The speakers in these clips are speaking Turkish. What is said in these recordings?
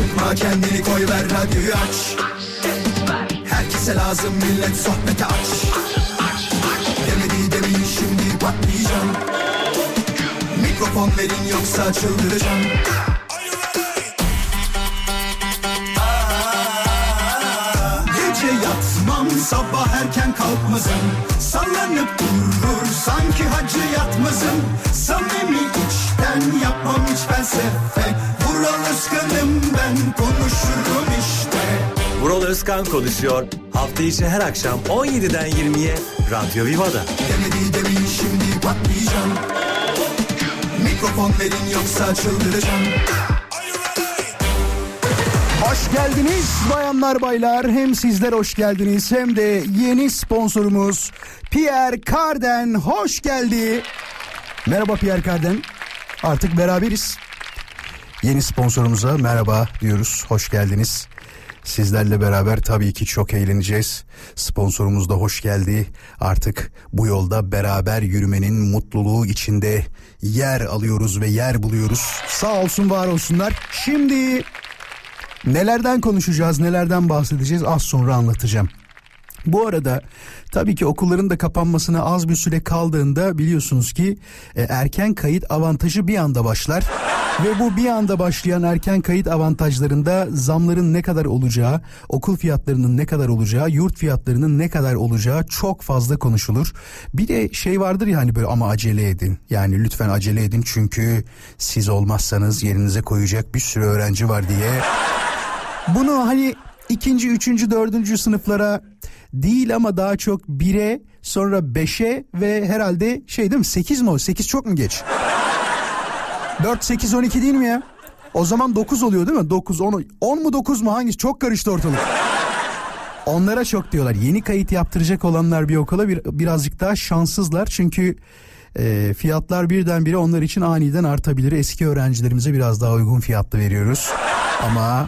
sıkma kendini, koy ver radyoyu aç. Herkese lazım millet, sohbete aç. Demedi demeyin şimdi patlayacağım. Mikrofon verin yoksa çıldıracağım. Gece yatmam sabah erken kalkmazım. Sallanıp durur sanki hacı yatmazım. Samimi içten yapmam hiç felsefe. Vural Özkan'ım ben, konuşurum işte. Vural Özkan konuşuyor. Hafta içi her akşam 17'den 20'ye Radyo Viva'da. Demedi demeyin şimdi patlayacağım. Mikrofon verin yoksa çıldıracağım. Hoş geldiniz bayanlar baylar. Hem sizler hoş geldiniz hem de yeni sponsorumuz Pierre Cardin hoş geldi. Merhaba Pierre Cardin. Artık beraberiz. Yeni sponsorumuza merhaba diyoruz. Hoş geldiniz. Sizlerle beraber tabii ki çok eğleneceğiz. Sponsorumuz da hoş geldi. Artık bu yolda beraber yürümenin mutluluğu içinde yer alıyoruz ve yer buluyoruz. Sağ olsun, var olsunlar. Şimdi nelerden konuşacağız, nelerden bahsedeceğiz az sonra anlatacağım. Bu arada tabii ki okulların da kapanmasına az bir süre kaldığında biliyorsunuz ki erken kayıt avantajı bir anda başlar. Ve bu bir anda başlayan erken kayıt avantajlarında zamların ne kadar olacağı, okul fiyatlarının ne kadar olacağı, yurt fiyatlarının ne kadar olacağı çok fazla konuşulur. Bir de şey vardır ya hani böyle, ama acele edin. Yani lütfen acele edin çünkü siz olmazsanız yerinize koyacak bir sürü öğrenci var diye. Bunu hani 2., 3., 4. sınıflara değil ama daha çok 1'e, sonra 5'e ve herhalde şey değil mi, 8 mi o? 8 çok mu geç? 4, 8, 12 değil mi ya? O zaman 9 oluyor değil mi? 9, 10 mu 9 mu, hangisi? Çok karıştı ortalık. Onlara çok diyorlar. Yeni kayıt yaptıracak olanlar bir okula birazcık daha şanssızlar. Çünkü fiyatlar birdenbire onlar için aniden artabilir. Eski öğrencilerimize biraz daha uygun fiyatlı veriyoruz. Ama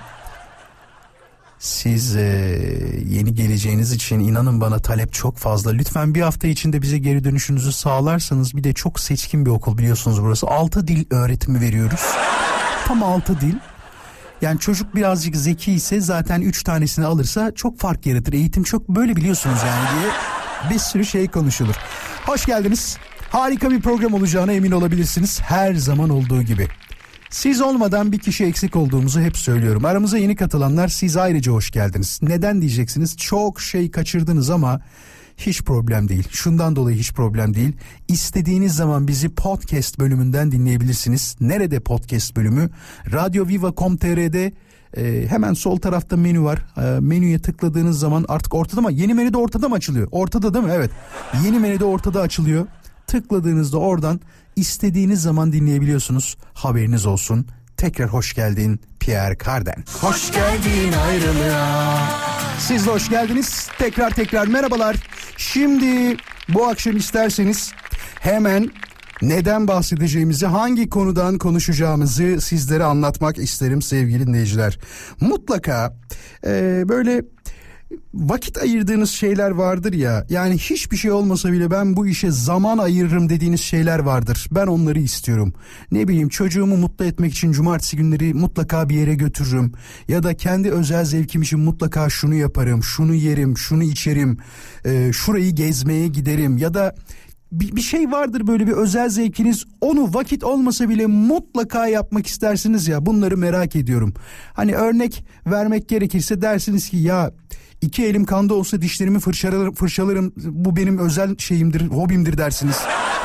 siz yeni geleceğiniz için inanın bana talep çok fazla. Lütfen bir hafta içinde bize geri dönüşünüzü sağlarsanız. Bir de çok seçkin bir okul biliyorsunuz burası. 6 dil öğretimi veriyoruz. Tam 6 dil. Yani çocuk birazcık zeki ise zaten 3 tanesini alırsa çok fark yaratır. Eğitim çok böyle biliyorsunuz yani diye bir sürü şey konuşulur. Hoş geldiniz. Harika bir program olacağına emin olabilirsiniz. Her zaman olduğu gibi. Siz olmadan bir kişi eksik olduğumuzu hep söylüyorum. Aramıza yeni katılanlar, siz ayrıca hoş geldiniz. Neden diyeceksiniz? Çok şey kaçırdınız ama hiç problem değil. Şundan dolayı hiç problem değil. İstediğiniz zaman bizi podcast bölümünden dinleyebilirsiniz. Nerede podcast bölümü? radyoviva.com.tr'de hemen sol tarafta menü var. Menüye tıkladığınız zaman artık ortada mı? Yeni menü de ortada mı açılıyor? Ortada değil mi? Evet. Yeni menü de ortada açılıyor. Tıkladığınızda oradan istediğiniz zaman dinleyebiliyorsunuz. Haberiniz olsun. Tekrar hoş geldin Pierre Cardin. Hoş geldin ayrılığa. Siz de hoş geldiniz. Tekrar merhabalar. Şimdi bu akşam isterseniz hemen neden bahsedeceğimizi, hangi konudan konuşacağımızı sizlere anlatmak isterim sevgili dinleyiciler. Mutlaka böyle vakit ayırdığınız şeyler vardır ya, yani hiçbir şey olmasa bile ben bu işe zaman ayırırım dediğiniz şeyler vardır. Ben onları istiyorum. Ne bileyim, çocuğumu mutlu etmek için cumartesi günleri mutlaka bir yere götürürüm. Ya da kendi özel zevkim için mutlaka şunu yaparım, şunu yerim, şunu içerim, şurayı gezmeye giderim. Ya da bir şey vardır böyle, bir özel zevkiniz, onu vakit olmasa bile mutlaka yapmak istersiniz ya, bunları merak ediyorum. Hani örnek vermek gerekirse dersiniz ki ya 2 elim kanda olsa dişlerimi fırçalarım, bu benim özel şeyimdir, hobimdir dersiniz.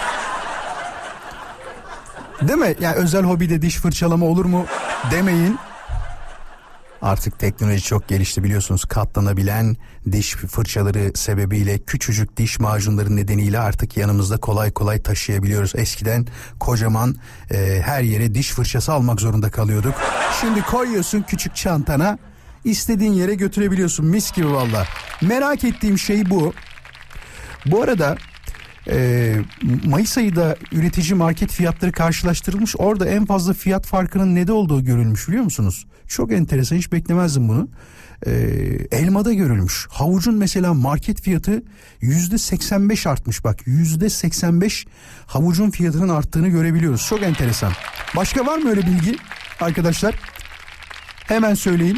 Değil mi? Yani özel hobide diş fırçalama olur mu demeyin. Artık teknoloji çok gelişti biliyorsunuz. Katlanabilen diş fırçaları sebebiyle, küçücük diş macunları nedeniyle artık yanımızda kolay kolay taşıyabiliyoruz. Eskiden kocaman her yere diş fırçası almak zorunda kalıyorduk. Şimdi koyuyorsun küçük çantana, istediğin yere götürebiliyorsun, mis gibi valla. Merak ettiğim şey bu. Bu arada Mayıs ayında üretici market fiyatları karşılaştırılmış. Orada en fazla fiyat farkının ne olduğu görülmüş, biliyor musunuz? Çok enteresan, hiç beklemezdim bunu. Elmada görülmüş. Havucun mesela market fiyatı %85 artmış, bak %85 havucun fiyatının arttığını görebiliyoruz. Çok enteresan. Başka var mı öyle bilgi arkadaşlar? Hemen söyleyeyim.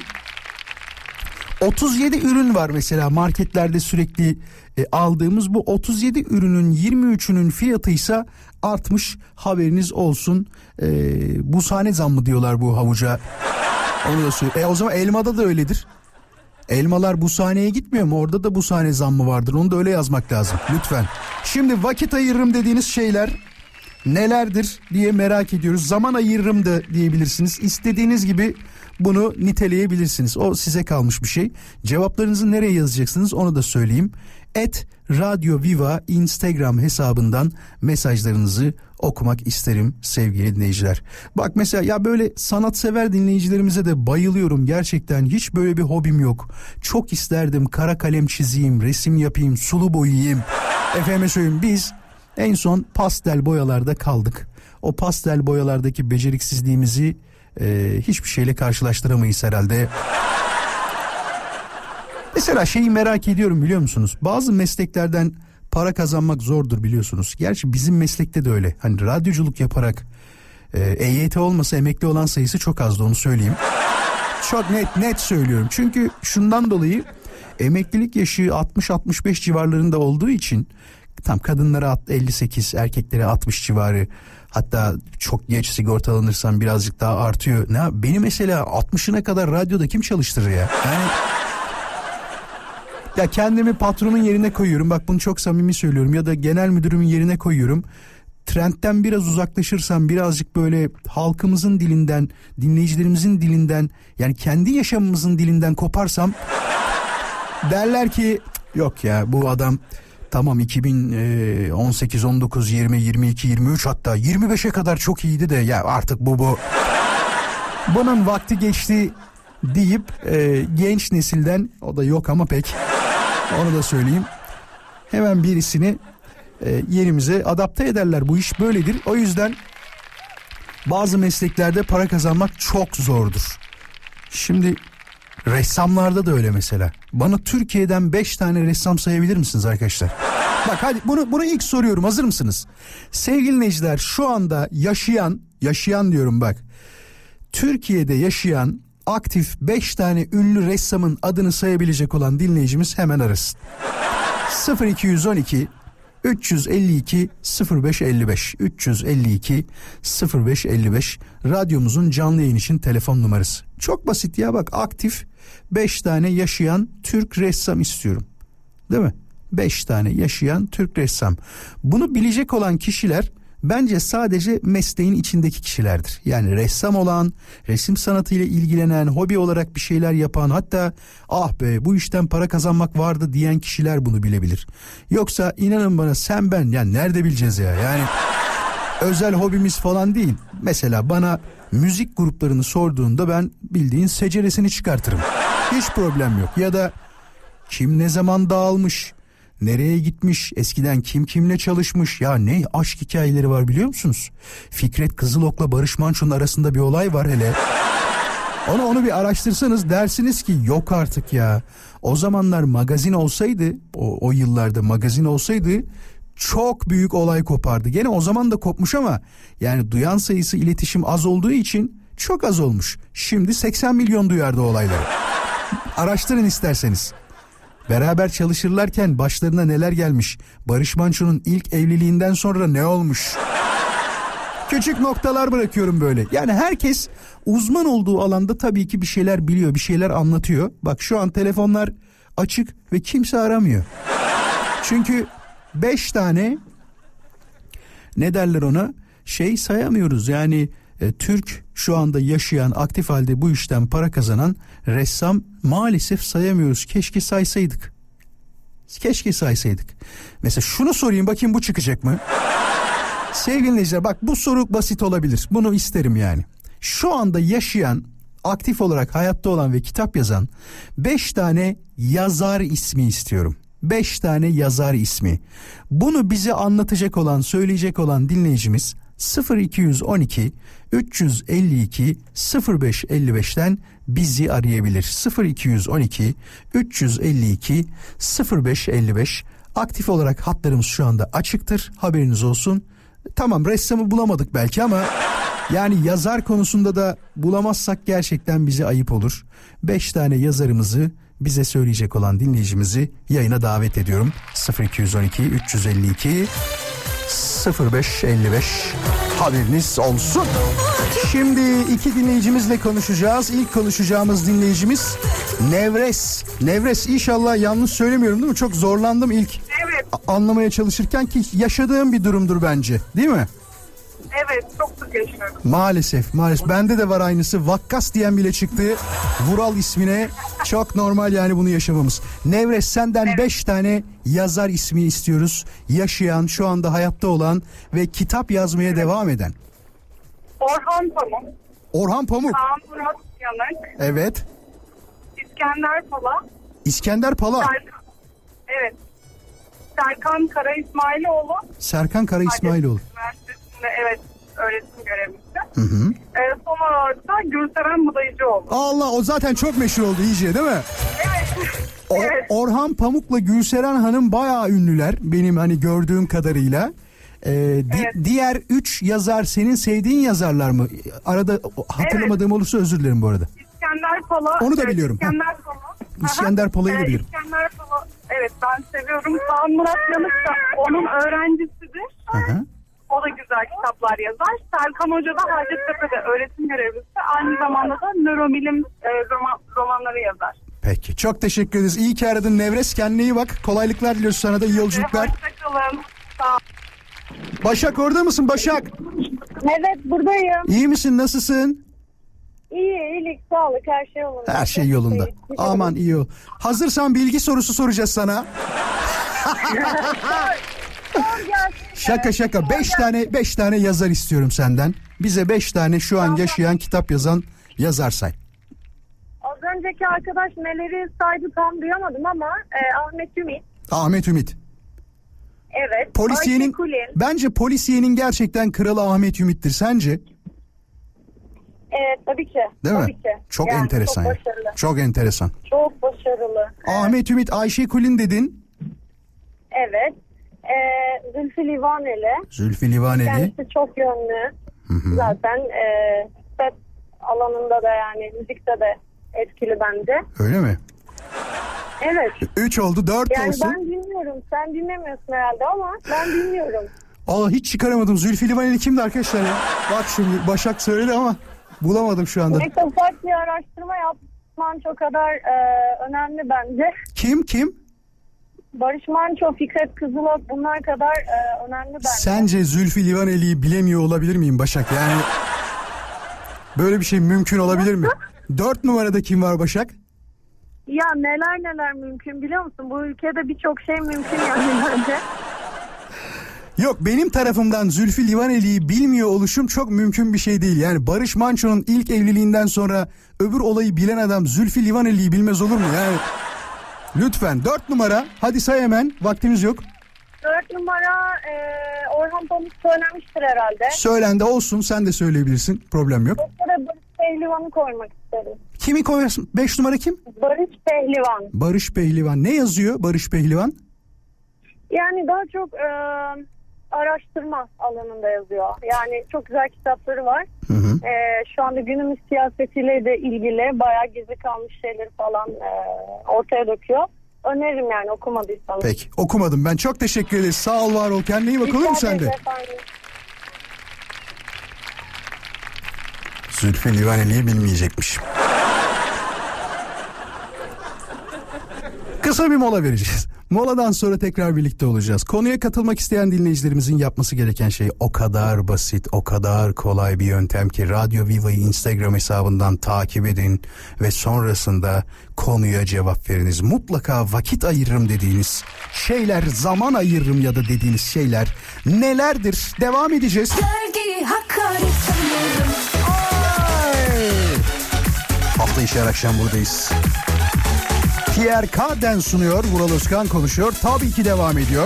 37 ürün var mesela marketlerde sürekli aldığımız. Bu 37 ürünün 23'ünün fiyatıysa artmış, haberiniz olsun. Buzhane zammı diyorlar bu havuca. Onu da söyleyeyim. O zaman elmada da öyledir. Elmalar buzhaneye gitmiyor mu? Orada da buzhane zammı vardır. Onu da öyle yazmak lazım lütfen. Şimdi vakit ayırırım dediğiniz şeyler nelerdir diye merak ediyoruz. Zaman ayırırım da diyebilirsiniz. İstediğiniz gibi bunu niteleyebilirsiniz. O size kalmış bir şey. Cevaplarınızı nereye yazacaksınız onu da söyleyeyim. @Radyo Viva Instagram hesabından mesajlarınızı okumak isterim sevgili dinleyiciler. Bak mesela ya böyle sanatsever dinleyicilerimize de bayılıyorum gerçekten. Hiç böyle bir hobim yok. Çok isterdim kara kalem çizeyim, resim yapayım, sulu boyayayım. Efendime söyleyeyim, biz en son pastel boyalarda kaldık. O pastel boyalardaki beceriksizliğimizi hiçbir şeyle karşılaştıramayız herhalde. Mesela şeyi merak ediyorum biliyor musunuz? Bazı mesleklerden para kazanmak zordur biliyorsunuz. Gerçi bizim meslekte de öyle. Hani radyoculuk yaparak EYT olmasa emekli olan sayısı çok azdı, onu söyleyeyim. Çok net söylüyorum. Çünkü şundan dolayı emeklilik yaşı 60-65 civarlarında olduğu için tam kadınlara 58, erkeklere 60 civarı. Hatta çok geç sigortalanırsan birazcık daha artıyor. Beni mesela 60'ına kadar radyoda kim çalıştırır ya? Yani ya kendimi patronun yerine koyuyorum. Bak bunu çok samimi söylüyorum. Ya da genel müdürümün yerine koyuyorum. Trendten biraz uzaklaşırsam, birazcık böyle halkımızın dilinden, dinleyicilerimizin dilinden, yani kendi yaşamımızın dilinden koparsam derler ki yok ya bu adam tamam 2018, 19, 20, 22, 23 hatta 25'e kadar çok iyiydi de ya artık bu bunun vakti geçti deyip genç nesilden, o da yok ama pek, onu da söyleyeyim, hemen birisini yerimize adapte ederler. Bu iş böyledir. O yüzden bazı mesleklerde para kazanmak çok zordur. Şimdi ressamlarda da öyle mesela. Bana Türkiye'den 5 tane ressam sayabilir misiniz arkadaşlar? Bak hadi bunu ilk soruyorum, hazır mısınız? Sevgili dinleyiciler, şu anda yaşayan diyorum bak. Türkiye'de yaşayan aktif 5 tane ünlü ressamın adını sayabilecek olan dinleyicimiz hemen arasın. 0212 352 0555 352 0555 radyomuzun canlı yayın için telefon numarası. Çok basit ya, bak aktif 5 tane yaşayan Türk ressam istiyorum. Değil mi? 5 tane yaşayan Türk ressam. Bunu bilecek olan kişiler bence sadece mesleğin içindeki kişilerdir. Yani ressam olan, resim sanatıyla ilgilenen, hobi olarak bir şeyler yapan, hatta ah be bu işten para kazanmak vardı diyen kişiler bunu bilebilir. Yoksa inanın bana sen ben yani nerede bileceğiz ya, yani özel hobimiz falan değil. Mesela bana müzik gruplarını sorduğunda ben bildiğin seceresini çıkartırım. Hiç problem yok. Ya da kim ne zaman dağılmış, nereye gitmiş, eskiden kim kimle çalışmış, ya ne aşk hikayeleri var biliyor musunuz? Fikret Kızılok'la Barış Manço'nun arasında bir olay var hele. Onu bir araştırsanız dersiniz ki yok artık ya. O zamanlar magazin olsaydı, o yıllarda magazin olsaydı çok büyük olay kopardı. Gene o zaman da kopmuş ama yani duyan sayısı, iletişim az olduğu için çok az olmuş. Şimdi 80 milyon duyardı olayları. Araştırın isterseniz. Beraber çalışırlarken başlarına neler gelmiş? Barış Manço'nun ilk evliliğinden sonra ne olmuş? Küçük noktalar bırakıyorum böyle. Yani herkes uzman olduğu alanda tabii ki bir şeyler biliyor, bir şeyler anlatıyor. Bak şu an telefonlar açık ve kimse aramıyor. Çünkü 5 tane ne derler ona sayamıyoruz. Yani Türk şu anda yaşayan, aktif halde bu işten para kazanan ressam maalesef sayamıyoruz. Keşke saysaydık. Mesela şunu sorayım, bakayım bu çıkacak mı? Sevgili dinleyiciler, bak bu soru basit olabilir. Bunu isterim yani. Şu anda yaşayan, aktif olarak hayatta olan ve kitap yazan 5 tane yazar ismi istiyorum. 5 tane yazar ismi. Bunu bize anlatacak olan, söyleyecek olan dinleyicimiz 0212 352 0555'ten bizi arayabilir. 0212 352 0555. Aktif olarak hatlarımız şu anda açıktır. Haberiniz olsun. Tamam, ressamı bulamadık belki ama Yani yazar konusunda da bulamazsak gerçekten bize ayıp olur. 5 tane yazarımızı bize söyleyecek olan dinleyicimizi yayına davet ediyorum. 0212 352 0555 haberiniz olsun. Şimdi 2 dinleyicimizle konuşacağız. İlk konuşacağımız dinleyicimiz Nevres. Nevres, inşallah yanlış söylemiyorum değil mi? Çok zorlandım ilk anlamaya çalışırken ki yaşadığım bir durumdur bence, değil mi? Evet, çok sık yaşıyorum. Maalesef. Bende de var aynısı. Vakkas diyen bile çıktı. Vural ismine. Çok normal yani bunu yaşamamız. Nevres, senden 5 tane yazar ismi istiyoruz. Yaşayan, şu anda hayatta olan ve kitap yazmaya devam eden. Orhan Pamuk. Orhan Pamuk. Kaan Murat Yanık. Evet. İskender Pala. İskender Pala. Evet. Serkan Kara İsmailoğlu. Serkan Kara İsmailoğlu. Üniversitesi'nde öğretim görevlisi. Hı. Son olarak da Gülseren Mudayıcıoğlu. Allah, o zaten çok meşhur oldu iyice, değil mi? Evet. Evet. Orhan Pamuk'la Gülseren Hanım bayağı ünlüler benim hani gördüğüm kadarıyla. Diğer 3 yazar senin sevdiğin yazarlar mı? Arada hatırlamadığım olursa özür dilerim bu arada. İskender Pala. Onu da biliyorum. İskender Pala. İskender Pala'yı da biliyorum. İskender Pala. Evet, ben seviyorum. Kaan Murat Yanık da onun öğrencisidir. Hı. O da güzel kitaplar yazar. Serkan Hoca da Hacettepe'de öğretim görevlisi. Aynı zamanda da nörobilim romanları yazar. Peki, çok teşekkür ederiz. İyi ki aradın Nevres. Kendine iyi bak. Kolaylıklar diliyoruz sana da, iyi yolculuklar. Hoşçakalın. Sağ ol. Başak, orada mısın Başak? Evet, buradayım. İyi misin? Nasılsın? İyi, iyilik, sağlık, her şey yolunda. Her şey yolunda. Aman iyi ol. Hazırsan bilgi sorusu soracağız sana. Şaka. 5 tane yazar istiyorum senden. Bize 5 tane şu an yaşayan kitap yazan yazar say. Az önceki arkadaş neleri saydı tam duyamadım ama Ahmet Ümit. Ahmet Ümit. Evet. Polisiyenin, Ayşe Kulin. bence polisiyenin gerçekten kralı Ahmet Ümit'tir. Sence? Evet, tabii ki. Değil tabii mi? ki. Çok Yani enteresan. Çok ya. başarılı. Çok enteresan. Çok başarılı. Ahmet Ümit, Ayşe Kulin dedin. Evet. Zülfü Livaneli. Zülfü Livaneli. Kendisi çok yönlü. Hı. Zaten set alanında da yani müzikte de etkili bence. Öyle mi? Evet. 3 oldu, 4 Yani olsun. ben dinliyorum. Sen dinlemiyorsun herhalde ama ben dinliyorum. Aa, hiç çıkaramadım. Zülfü Livaneli kimdi arkadaşlar ya? Bak şimdi Başak söyledi ama bulamadım şu anda. Neyse, ufak bir araştırma yapman çok kadar önemli bence. Kim? Barış Manço, Fikret Kızılok, bunlar kadar önemli bence. Sence Zülfü Livaneli'yi bilemiyor olabilir miyim Başak? Yani böyle bir şey mümkün olabilir mi? 4 numarada kim var Başak? Ya neler mümkün biliyor musun? Bu ülkede birçok şey mümkün yani bence. Yok, benim tarafımdan Zülfü Livaneli'yi bilmiyor oluşum çok mümkün bir şey değil. Yani Barış Manço'nun ilk evliliğinden sonra öbür olayı bilen adam Zülfü Livaneli'yi bilmez olur mu? Yani lütfen 4 numara, hadi say hemen, vaktimiz yok. 4 numara Orhan Pamuk söylemiştir herhalde. Söylendi, olsun, sen de söyleyebilirsin, problem yok. Burada Barış Pehlivan'ı koymak isterim. Kimi koyarsın? 5 numara kim? Barış Pehlivan. Barış Pehlivan. Ne yazıyor Barış Pehlivan? Yani daha çok araştırma alanında yazıyor. Yani çok güzel kitapları var. Hı hı. Şu anda günümüz siyasetiyle de ilgili bayağı gizli kalmış şeyleri falan ortaya döküyor. Öneririm yani, okumadıysanız. Peki, okumadım ben. Çok teşekkür ederiz. Sağ ol, var ol. Kendine iyi bak, olur mu sen de? Zülfü Livaneli'yi bilmeyecekmiş. Kısa bir mola vereceğiz. Moladan sonra tekrar birlikte olacağız. Konuya katılmak isteyen dinleyicilerimizin yapması gereken şey o kadar basit, o kadar kolay bir yöntem ki Radyo Viva'yı Instagram hesabından takip edin ve sonrasında konuya cevap veriniz. Mutlaka vakit ayırırım dediğiniz şeyler, zaman ayırırım ya da dediğiniz şeyler nelerdir? Devam edeceğiz. Hafta içi her akşam buradayız. Pierre Cardin sunuyor, Vural Özkan konuşuyor. Tabii ki devam ediyor.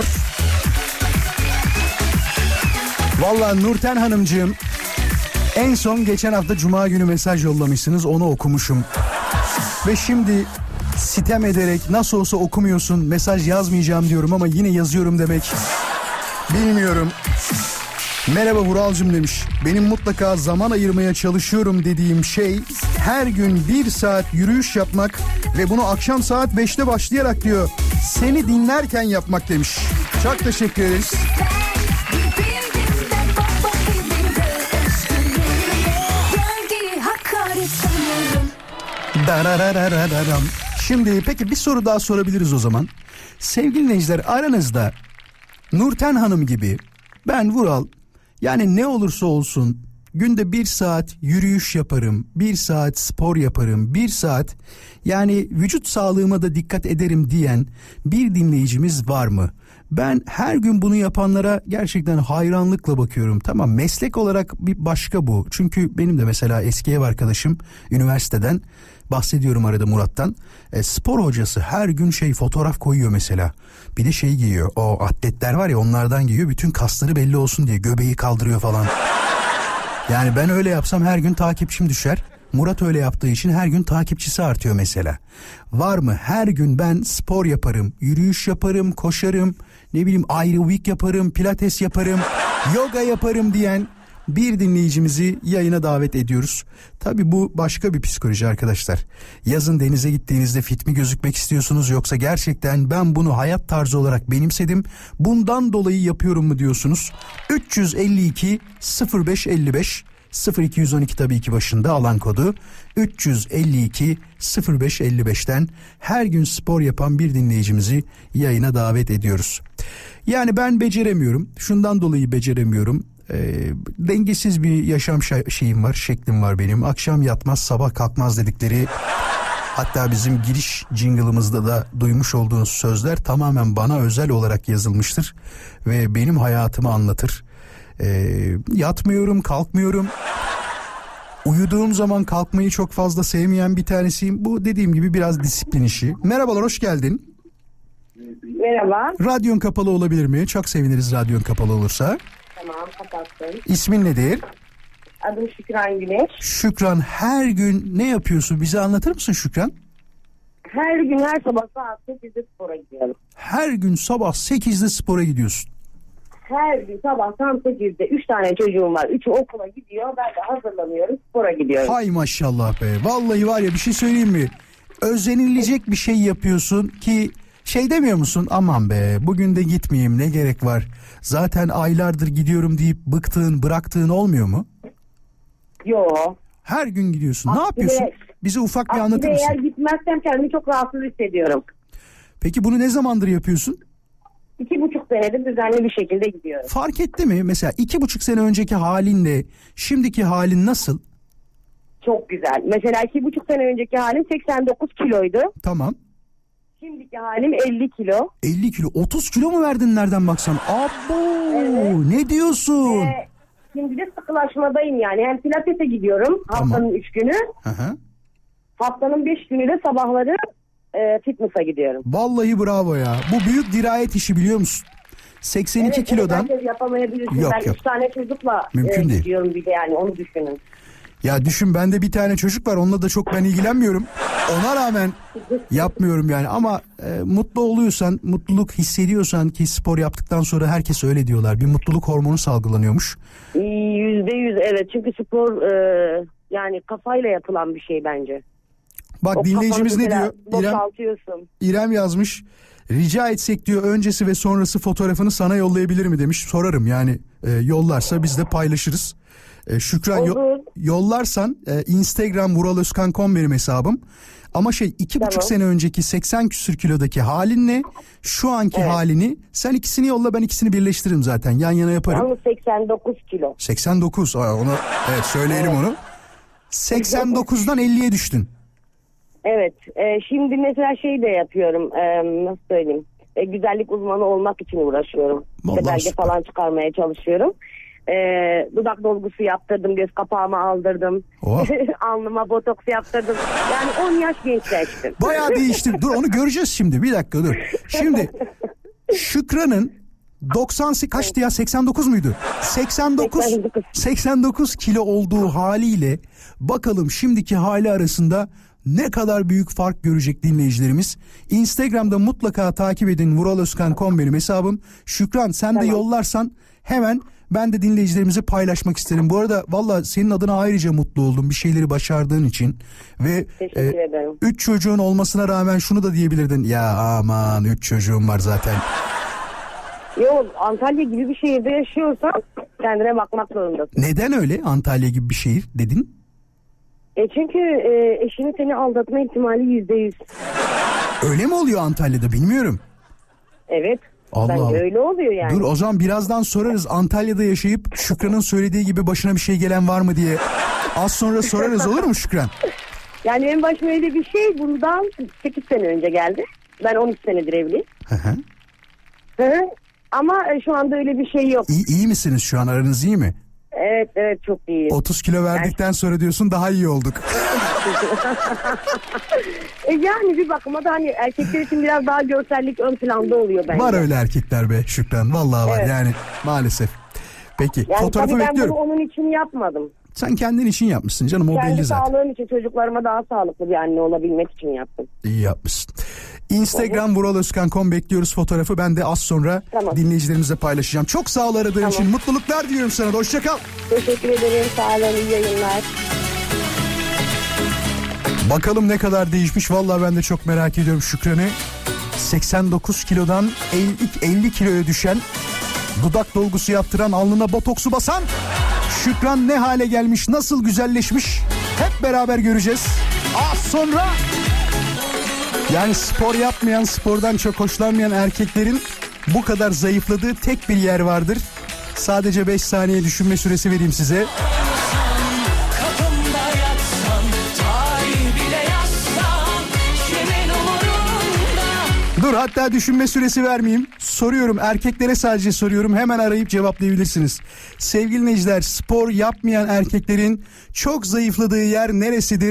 Vallahi Nurten Hanımcığım, en son geçen hafta Cuma günü mesaj yollamışsınız, onu okumuşum. Ve şimdi sitem ederek nasıl olsa okumuyorsun, mesaj yazmayacağım diyorum ama yine yazıyorum demek. Bilmiyorum. Merhaba Vuralcığım demiş. Benim mutlaka zaman ayırmaya çalışıyorum dediğim şey her gün 1 saat yürüyüş yapmak ve bunu akşam saat 5'te başlayarak diyor seni dinlerken yapmak demiş. Çok teşekkür ederiz. Şimdi peki bir soru daha sorabiliriz o zaman. Sevgili dinleyiciler, aranızda Nurten Hanım gibi, ben Vural, yani ne olursa olsun günde 1 saat yürüyüş yaparım, 1 saat spor yaparım, 1 saat yani vücut sağlığıma da dikkat ederim diyen bir dinleyicimiz var mı? Ben her gün bunu yapanlara gerçekten hayranlıkla bakıyorum. Tamam, meslek olarak bir başka bu. Çünkü benim de mesela eski ev arkadaşım üniversiteden, bahsediyorum arada Murat'tan, spor hocası her gün fotoğraf koyuyor mesela. Bir de giyiyor, o atletler var ya, onlardan giyiyor, bütün kasları belli olsun diye göbeği kaldırıyor falan. Yani ben öyle yapsam her gün takipçim düşer. Murat öyle yaptığı için her gün takipçisi artıyor mesela. Var mı her gün ben spor yaparım, yürüyüş yaparım, koşarım, ne bileyim aerobik yaparım, pilates yaparım, yoga yaparım diyen bir dinleyicimizi yayına davet ediyoruz. Tabii bu başka bir psikoloji arkadaşlar. Yazın denize gittiğinizde fit mi gözükmek istiyorsunuz, yoksa gerçekten ben bunu hayat tarzı olarak benimsedim, bundan dolayı yapıyorum mu diyorsunuz? 352 0555 0212 tabii ki başında alan kodu 352 0555'ten her gün spor yapan bir dinleyicimizi yayına davet ediyoruz. Yani ben beceremiyorum, şundan dolayı beceremiyorum. Dengesiz bir yaşam şeyim var, şeklim var benim. Akşam yatmaz sabah kalkmaz dedikleri, hatta bizim giriş jingle'ımızda da duymuş olduğunuz sözler tamamen bana özel olarak yazılmıştır ve benim hayatımı anlatır. Yatmıyorum, kalkmıyorum. Uyuduğum zaman kalkmayı çok fazla sevmeyen bir tanesiyim. Bu dediğim gibi biraz disiplin işi. Merhabalar, hoş geldin. Merhaba. Radyon kapalı olabilir mi? Çok seviniriz radyon kapalı olursa. Tamam, kapattım. İsmin nedir? Adım Şükran Güneş. Şükran, her gün ne yapıyorsun? Bize anlatır mısın Şükran? Her gün her sabah saat 8'de spora gidiyorum. Her gün sabah 8'de spora gidiyorsun. Her gün sabah tam 8'de 3 tane çocuğum var. 3'ü okula gidiyor. Ben de hazırlanıyorum. Spora gidiyorum. Hay maşallah be. Vallahi var ya, bir şey söyleyeyim mi? Özenilecek bir şey yapıyorsun ki demiyor musun? Aman be, bugün de gitmeyeyim, ne gerek var? Zaten aylardır gidiyorum deyip bıktığın, bıraktığın olmuyor mu? Yok. Her gün gidiyorsun. Ne yapıyorsun? Bize ufak bir anlatır mısın? Eğer gitmezsem kendimi çok rahatsız hissediyorum. Peki bunu ne zamandır yapıyorsun? 2,5 senedir düzenli bir şekilde gidiyorum. Fark etti mi? Mesela 2,5 sene önceki halinle şimdiki halin nasıl? Çok güzel. Mesela 2,5 sene önceki halim 89 kiloydu. Tamam. Şimdiki halim 50 kilo. 50 kilo. 30 kilo mu verdin nereden baksan? Abo, evet. Ne diyorsun? Şimdi de sıkılaşmadayım yani. Hem pilatese gidiyorum haftanın 3 günü. Hı. Haftanın 5 günü de sabahları fitness'a gidiyorum. Vallahi bravo ya. Bu büyük dirayet işi, biliyor musun? 82 kilodan. Evet, herkes yapamayabilir. Yok. 3 tane çocukla mümkün değil. gidiyorum bir de, yani onu düşünün. Ya düşün, bende bir tane çocuk var, onunla da çok ben ilgilenmiyorum. Ona rağmen yapmıyorum yani, ama mutlu oluyorsan, mutluluk hissediyorsan, ki spor yaptıktan sonra herkes öyle diyorlar, bir mutluluk hormonu salgılanıyormuş. %100 evet, çünkü spor yani kafayla yapılan bir şey bence. Bak o dinleyicimiz ne diyor? İrem yazmış. Rica etsek diyor, öncesi ve sonrası fotoğrafını sana yollayabilir mi demiş. Sorarım yani, yollarsa biz de paylaşırız. Şükran yollarsan Instagram vuraloskan.com benim hesabım. Ama 2,5 sene önceki 80 küsür kilodaki halinle şu anki halini, sen ikisini yolla, ben ikisini birleştiririm zaten, yan yana yaparım. Yalnız 89 kilo. 89 onu evet söyleyelim onu. 89'dan 50'ye düştün. Evet. Şimdi mesela de yapıyorum. Nasıl söyleyeyim? Güzellik uzmanı olmak için uğraşıyorum. Belge falan çıkarmaya çalışıyorum. Dudak dolgusu yaptırdım. Göz kapağımı aldırdım. Alnıma botoks yaptırdım. Yani 10 yaş gençleştim. Bayağı değiştim. Dur, onu göreceğiz şimdi. Bir dakika dur. Şimdi Şükran'ın 98 kaçtı ya, 89 muydu? 89 kilo olduğu haliyle bakalım şimdiki hali arasında ne kadar büyük fark görecek dinleyicilerimiz. Instagram'da mutlaka takip edin, vuraloskan.com benim hesabım. Şükran, sen de yollarsan hemen Ben de dinleyicilerimize paylaşmak isterim. Bu arada valla senin adına ayrıca mutlu oldum bir şeyleri başardığın için. Ve Teşekkür ederim. 3 çocuğun olmasına rağmen şunu da diyebilirdin. Ya aman 3 çocuğum var zaten. Yok, Antalya gibi bir şehirde yaşıyorsan kendine bakmak zorundasın. Neden öyle Antalya gibi bir şehir dedin? Çünkü eşinin seni aldatma ihtimali %100. Öyle mi oluyor Antalya'da bilmiyorum. Evet. Allah Bence Allah. öyle oluyor yani. Dur o zaman birazdan sorarız Antalya'da yaşayıp Şükran'ın söylediği gibi başına bir şey gelen var mı diye. Az sonra sorarız olur mu Şükran? Yani benim başıma öyle bir şey bundan 8 sene önce geldi. Ben 13 senedir evliyim. Hı hı. Hı. Ama şu anda öyle bir şey yok. İyi misiniz şu an aranız iyi mi? Evet çok iyi. 30 kilo verdikten sonra diyorsun daha iyi olduk. Yani bir bakıma da hani erkekler için biraz daha görsellik ön planda oluyor bence. Var öyle erkekler be Şükran vallahi var yani maalesef. Peki yani fotoğrafı tabii bekliyorum. Ben bunu onun için yapmadım. Sen kendin için yapmışsın canım o Kendi belli zaten. sağlığım için çocuklarıma daha sağlıklı bir anne olabilmek için yaptım. İyi yapmışsın. Instagram vuraloskan.com bekliyoruz fotoğrafı. Ben de az sonra dinleyicilerimizle paylaşacağım. Çok sağ ol aradığın için. Mutluluklar diliyorum sana da. Hoşça kal. Teşekkür ederim. Sağ olun. İyi yayınlar. Bakalım ne kadar değişmiş. Vallahi ben de çok merak ediyorum Şükran'ı. 89 kilodan 50 kiloya düşen, dudak dolgusu yaptıran, alnına botoksu basan Şükran ne hale gelmiş, nasıl güzelleşmiş hep beraber göreceğiz. Az sonra yani spor yapmayan, spordan çok hoşlanmayan erkeklerin bu kadar zayıfladığı tek bir yer vardır. Sadece 5 saniye düşünme süresi vereyim size. Dur hatta düşünme süresi vermeyeyim. Soruyorum, erkeklere sadece soruyorum. Hemen arayıp cevaplayabilirsiniz. Sevgili dinleyiciler, spor yapmayan erkeklerin çok zayıfladığı yer neresidir?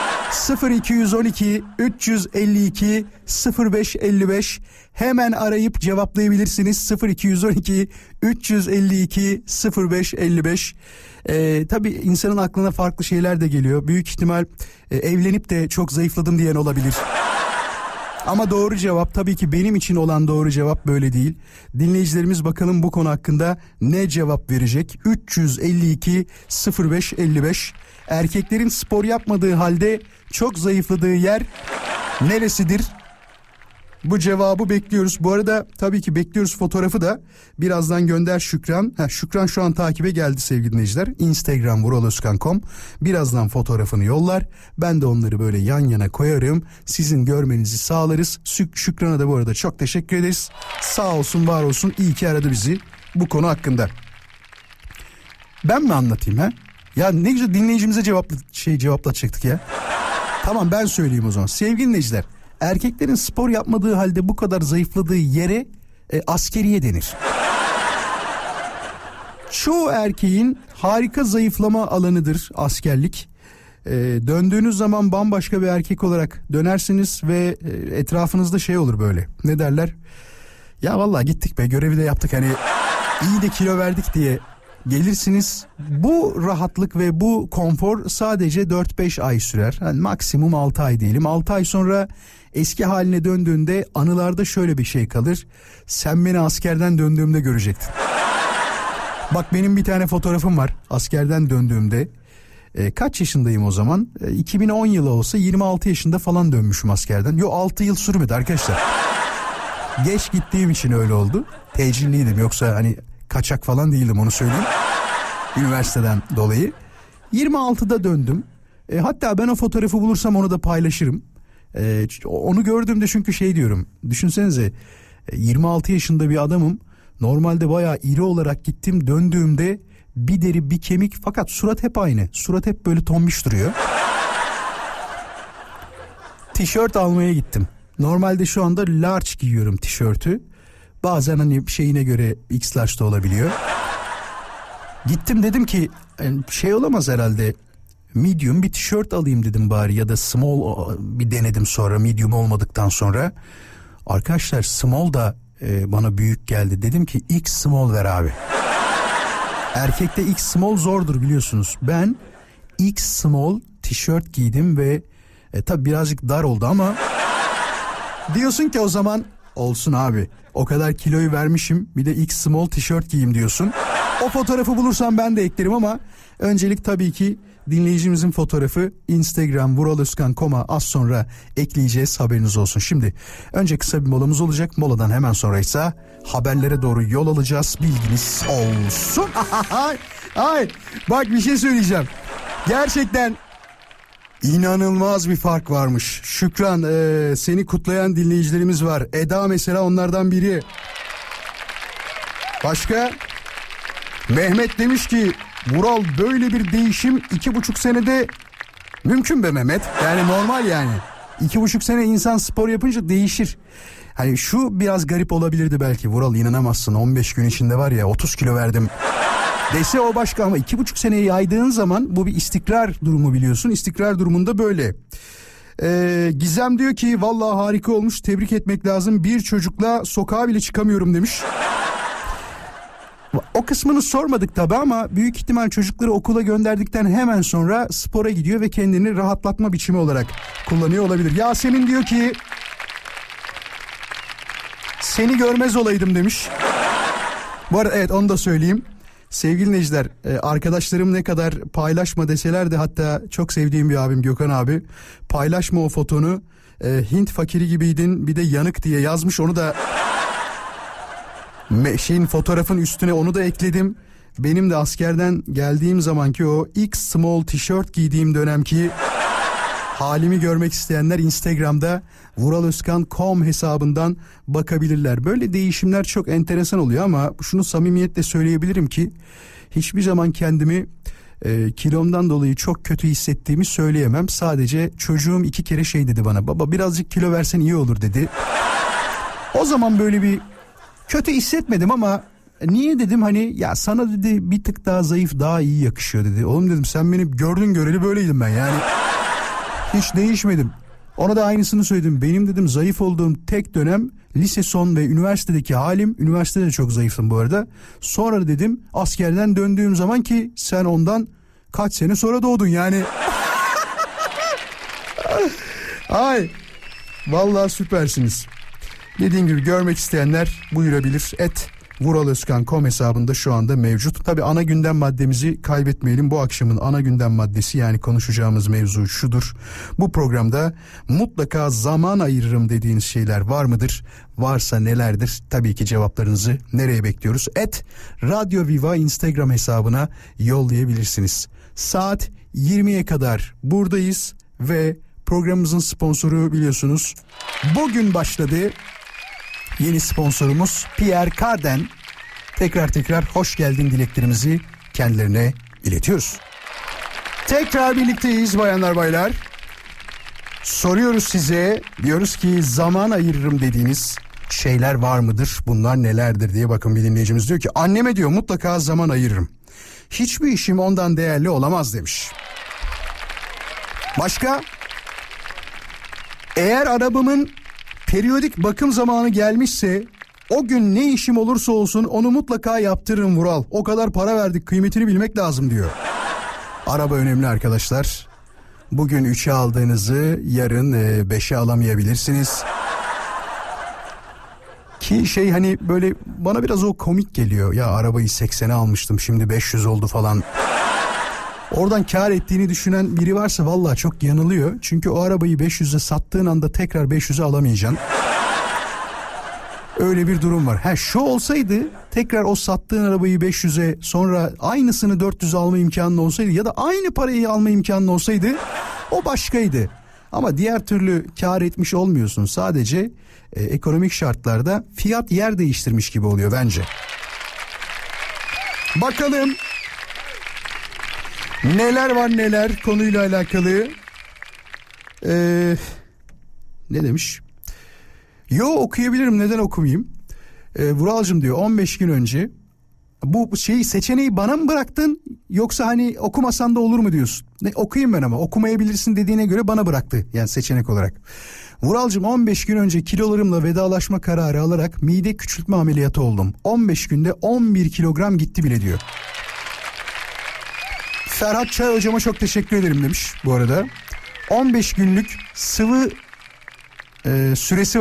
0212 352 0555 hemen arayıp cevaplayabilirsiniz. 0212 352 0555. Tabii insanın aklına farklı şeyler de geliyor. Büyük ihtimal evlenip de çok zayıfladım diyen olabilir. Ama doğru cevap tabii ki benim için olan doğru cevap böyle değil. Dinleyicilerimiz bakalım bu konu hakkında ne cevap verecek? 352 0555 erkeklerin spor yapmadığı halde çok zayıfladığı yer neresidir? Bu cevabı bekliyoruz. Bu arada tabii ki bekliyoruz fotoğrafı da. Birazdan gönder Şükran. Şükran şu an takibe geldi sevgili dinleyiciler. Instagram vuraloskan.com. Birazdan fotoğrafını yollar. Ben de onları böyle yan yana koyarım. Sizin görmenizi sağlarız. Şükran'a da bu arada çok teşekkür ederiz. Sağ olsun, var olsun. İyi ki aradı bizi bu konu hakkında. Ben mi anlatayım ha? Ya ne güzel dinleyicimize cevaplatacaktık ya. Tamam ben söyleyeyim o zaman. Sevgili dinleyiciler, erkeklerin spor yapmadığı halde bu kadar zayıfladığı yere askeriye denir. Çoğu erkeğin harika zayıflama alanıdır askerlik. Döndüğünüz zaman bambaşka bir erkek olarak dönersiniz ve etrafınızda şey olur böyle. Ne derler? Ya vallahi gittik be, görevi de yaptık, hani iyi de kilo verdik diye gelirsiniz. Bu rahatlık ve bu konfor sadece 4-5 ay sürer. Yani maksimum 6 ay diyelim. 6 ay sonra eski haline döndüğünde anılarda şöyle bir şey kalır. Sen beni askerden döndüğümde görecektin. Bak benim bir tane fotoğrafım var askerden döndüğümde. Kaç yaşındayım o zaman? 2010 yılı olsa 26 yaşında falan dönmüşüm askerden. Yo 6 yıl sürmedi arkadaşlar. Geç gittiğim için öyle oldu. Tecilliydim, yoksa hani kaçak falan değildim, onu söyleyeyim. Üniversiteden dolayı. 26'da döndüm. Hatta ben o fotoğrafı bulursam onu da paylaşırım. Onu gördüğümde çünkü şey diyorum. Düşünsenize 26 yaşında bir adamım. Normalde bayağı iri olarak gittim. Döndüğümde bir deri bir kemik, fakat surat hep aynı. Surat hep böyle tombiş duruyor. Tişört almaya gittim. Normalde şu anda large giyiyorum tişörtü. Bazen hani şeyine göre X large da olabiliyor. Gittim, dedim ki şey olamaz herhalde, medium bir tişört alayım dedim bari, ya da small bir denedim sonra, medium olmadıktan sonra. Arkadaşlar small da bana büyük geldi. Dedim ki X small ver abi. Erkekte X small zordur biliyorsunuz. Ben X small tişört giydim ve tabi birazcık dar oldu ama diyorsun ki o zaman olsun abi, o kadar kiloyu vermişim, bir de X small tişört giyeyim diyorsun. O fotoğrafı bulursam ben de eklerim ama öncelik tabii ki dinleyicimizin fotoğrafı Instagram vuraloskan.com'a az sonra ekleyeceğiz, haberiniz olsun. Şimdi önce kısa bir molamız olacak. Moladan hemen sonra ise haberlere doğru yol alacağız. Bilginiz olsun. Ay, bak bir şey söyleyeceğim. Gerçekten İnanılmaz bir fark varmış. Şükran, seni kutlayan dinleyicilerimiz var. Eda mesela onlardan biri. Başka? Mehmet demiş ki Vural böyle bir değişim 2,5 senede mümkün be Mehmet. Yani normal yani. 2,5 sene insan spor yapınca değişir. Hani şu biraz garip olabilirdi belki. Vural inanamazsın 15 gün içinde var ya 30 kilo verdim dese o başka, ama 2,5 seneye yaydığın zaman bu bir istikrar durumu biliyorsun. İstikrar durumunda böyle. Gizem diyor ki vallahi harika olmuş, tebrik etmek lazım. Bir çocukla sokağa bile çıkamıyorum demiş. O kısmını sormadık tabi ama büyük ihtimal çocukları okula gönderdikten hemen sonra spora gidiyor ve kendini rahatlatma biçimi olarak kullanıyor olabilir. Yasemin diyor ki seni görmez olaydım demiş. Bu arada evet, onu da söyleyeyim. Sevgili dinleyiciler, arkadaşlarım ne kadar paylaşma deseler de, hatta çok sevdiğim bir abim Gökhan abi, paylaşma o fotonu, Hint fakiri gibiydin bir de yanık diye yazmış. Onu da fotoğrafın üstüne onu da ekledim. Benim de askerden geldiğim zamanki o ilk small tişört giydiğim dönemki halimi görmek isteyenler Instagram'da vuraloskan.com hesabından bakabilirler. Böyle değişimler çok enteresan oluyor ama şunu samimiyetle söyleyebilirim ki hiçbir zaman kendimi kilomdan dolayı çok kötü hissettiğimi söyleyemem. Sadece çocuğum 2 kere şey dedi bana, baba birazcık kilo versen iyi olur dedi. O zaman böyle bir kötü hissetmedim ama niye dedim, hani ya sana dedi bir tık daha zayıf daha iyi yakışıyor dedi. Oğlum dedim, sen beni gördün göreli böyleydim ben yani. Hiç değişmedim. Ona da aynısını söyledim. Benim dedim zayıf olduğum tek dönem lise son ve üniversitedeki halim. Üniversitede de çok zayıftım bu arada. Sonra dedim askerden döndüğüm zaman ki sen ondan kaç sene sonra doğdun yani. Ay vallahi süpersiniz. Dediğim gibi görmek isteyenler buyurabilir. @vuraloskan.com hesabında şu anda mevcut. Tabii ana gündem maddemizi kaybetmeyelim. Bu akşamın ana gündem maddesi, yani konuşacağımız mevzu şudur. Bu programda mutlaka zaman ayırırım dediğiniz şeyler var mıdır? Varsa nelerdir? Tabii ki cevaplarınızı nereye bekliyoruz? @Radyo Viva Instagram hesabına yollayabilirsiniz. Saat 20'ye kadar buradayız ve programımızın sponsoru biliyorsunuz bugün başladı. Yeni sponsorumuz Pierre Cardin. Tekrar hoş geldin dileklerimizi kendilerine iletiyoruz. Tekrar birlikteyiz bayanlar baylar. Soruyoruz size, diyoruz ki zaman ayırırım dediğiniz şeyler var mıdır? Bunlar nelerdir diye. Bakın bir dinleyicimiz diyor ki anneme diyor mutlaka zaman ayırırım. Hiçbir işim ondan değerli olamaz demiş. Başka? Eğer arabamın periyodik bakım zamanı gelmişse o gün ne işim olursa olsun onu mutlaka yaptırırım Vural. O kadar para verdik, kıymetini bilmek lazım diyor. Araba önemli arkadaşlar. Bugün 3'e aldığınızı yarın 5'e alamayabilirsiniz. Ki hani böyle bana biraz o komik geliyor. Ya arabayı 80'e almıştım şimdi 500 oldu falan. Oradan kar ettiğini düşünen biri varsa vallahi çok yanılıyor. Çünkü o arabayı 500'e sattığın anda tekrar 500'e alamayacaksın. Öyle bir durum var. Şu olsaydı tekrar o sattığın arabayı 500'e sonra aynısını 400'e alma imkanın olsaydı ya da aynı parayı alma imkanın olsaydı o başkaydı. Ama diğer türlü kar etmiş olmuyorsun. Sadece ekonomik şartlarda fiyat yer değiştirmiş gibi oluyor bence. Bakalım neler var neler konuyla alakalı. Ne demiş? Okuyabilirim, neden okumayayım? Vuralcığım diyor 15 gün önce bu seçeneği bana mı bıraktın yoksa hani okumasan da olur mu diyorsun? Okuyayım ben ama okumayabilirsin dediğine göre bana bıraktı yani seçenek olarak. Vuralcığım 15 gün önce kilolarımla vedalaşma kararı alarak mide küçültme ameliyatı oldum. 15 günde 11 kilogram gitti bile diyor. Ferhat Çay hocama çok teşekkür ederim demiş bu arada. 15 günlük sıvı süresi var.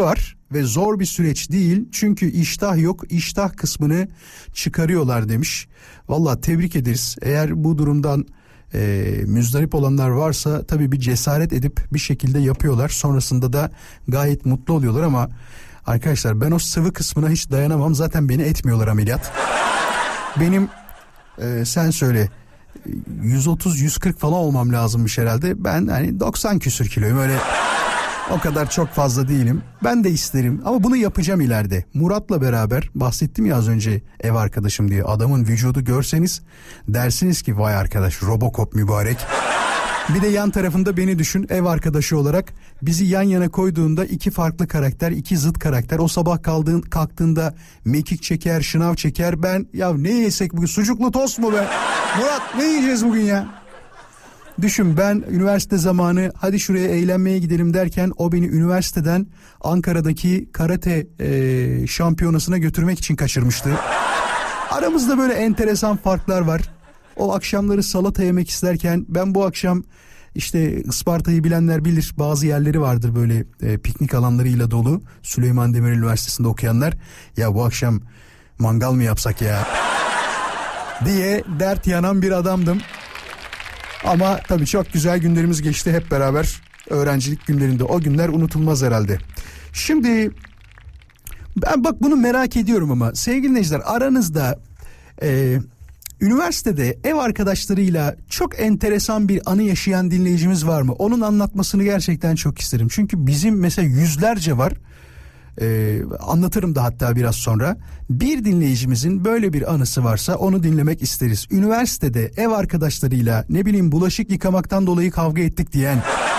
ve zor bir süreç değil. Çünkü iştah yok, iştah kısmını çıkarıyorlar demiş. Vallahi tebrik ederiz. Eğer bu durumdan müzdarip olanlar varsa tabii bir cesaret edip bir şekilde yapıyorlar. Sonrasında da gayet mutlu oluyorlar ama arkadaşlar ben o sıvı kısmına hiç dayanamam. Zaten beni etmiyorlar ameliyat. Benim sen söyle 130-140 falan olmam lazımmış herhalde. Ben hani 90 küsür kiloyum, öyle o kadar çok fazla değilim. Ben de isterim ama bunu yapacağım ileride. Murat'la beraber, bahsettim ya az önce ev arkadaşım diye, adamın vücudu görseniz dersiniz ki vay arkadaş Robocop mübarek. Bir de yan tarafında beni düşün, ev arkadaşı olarak bizi yan yana koyduğunda iki farklı karakter, iki zıt karakter. O sabah kalktığında mekik çeker, şınav çeker. Ben ya ne yesek bugün, sucuklu tost mu be? Murat ne yiyeceğiz bugün ya? Düşün, ben üniversite zamanı hadi şuraya eğlenmeye gidelim derken o beni üniversiteden Ankara'daki karate şampiyonasına götürmek için kaçırmıştı. Aramızda böyle enteresan farklar var. O akşamları salata yemek isterken ben bu akşam işte Isparta'yı bilenler bilir, bazı yerleri vardır böyle piknik alanlarıyla dolu. Süleyman Demirel Üniversitesi'nde okuyanlar, ya bu akşam mangal mı yapsak ya diye dert yanan bir adamdım. Ama tabii çok güzel günlerimiz geçti hep beraber öğrencilik günlerinde. O günler unutulmaz herhalde. Şimdi ben bak bunu merak ediyorum ama sevgili dinleyiciler, aranızda üniversitede ev arkadaşlarıyla çok enteresan bir anı yaşayan dinleyicimiz var mı? Onun anlatmasını gerçekten çok isterim. Çünkü bizim mesela yüzlerce var. Anlatırım da hatta biraz sonra. Bir dinleyicimizin böyle bir anısı varsa onu dinlemek isteriz. Üniversitede ev arkadaşlarıyla ne bileyim bulaşık yıkamaktan dolayı kavga ettik diyen,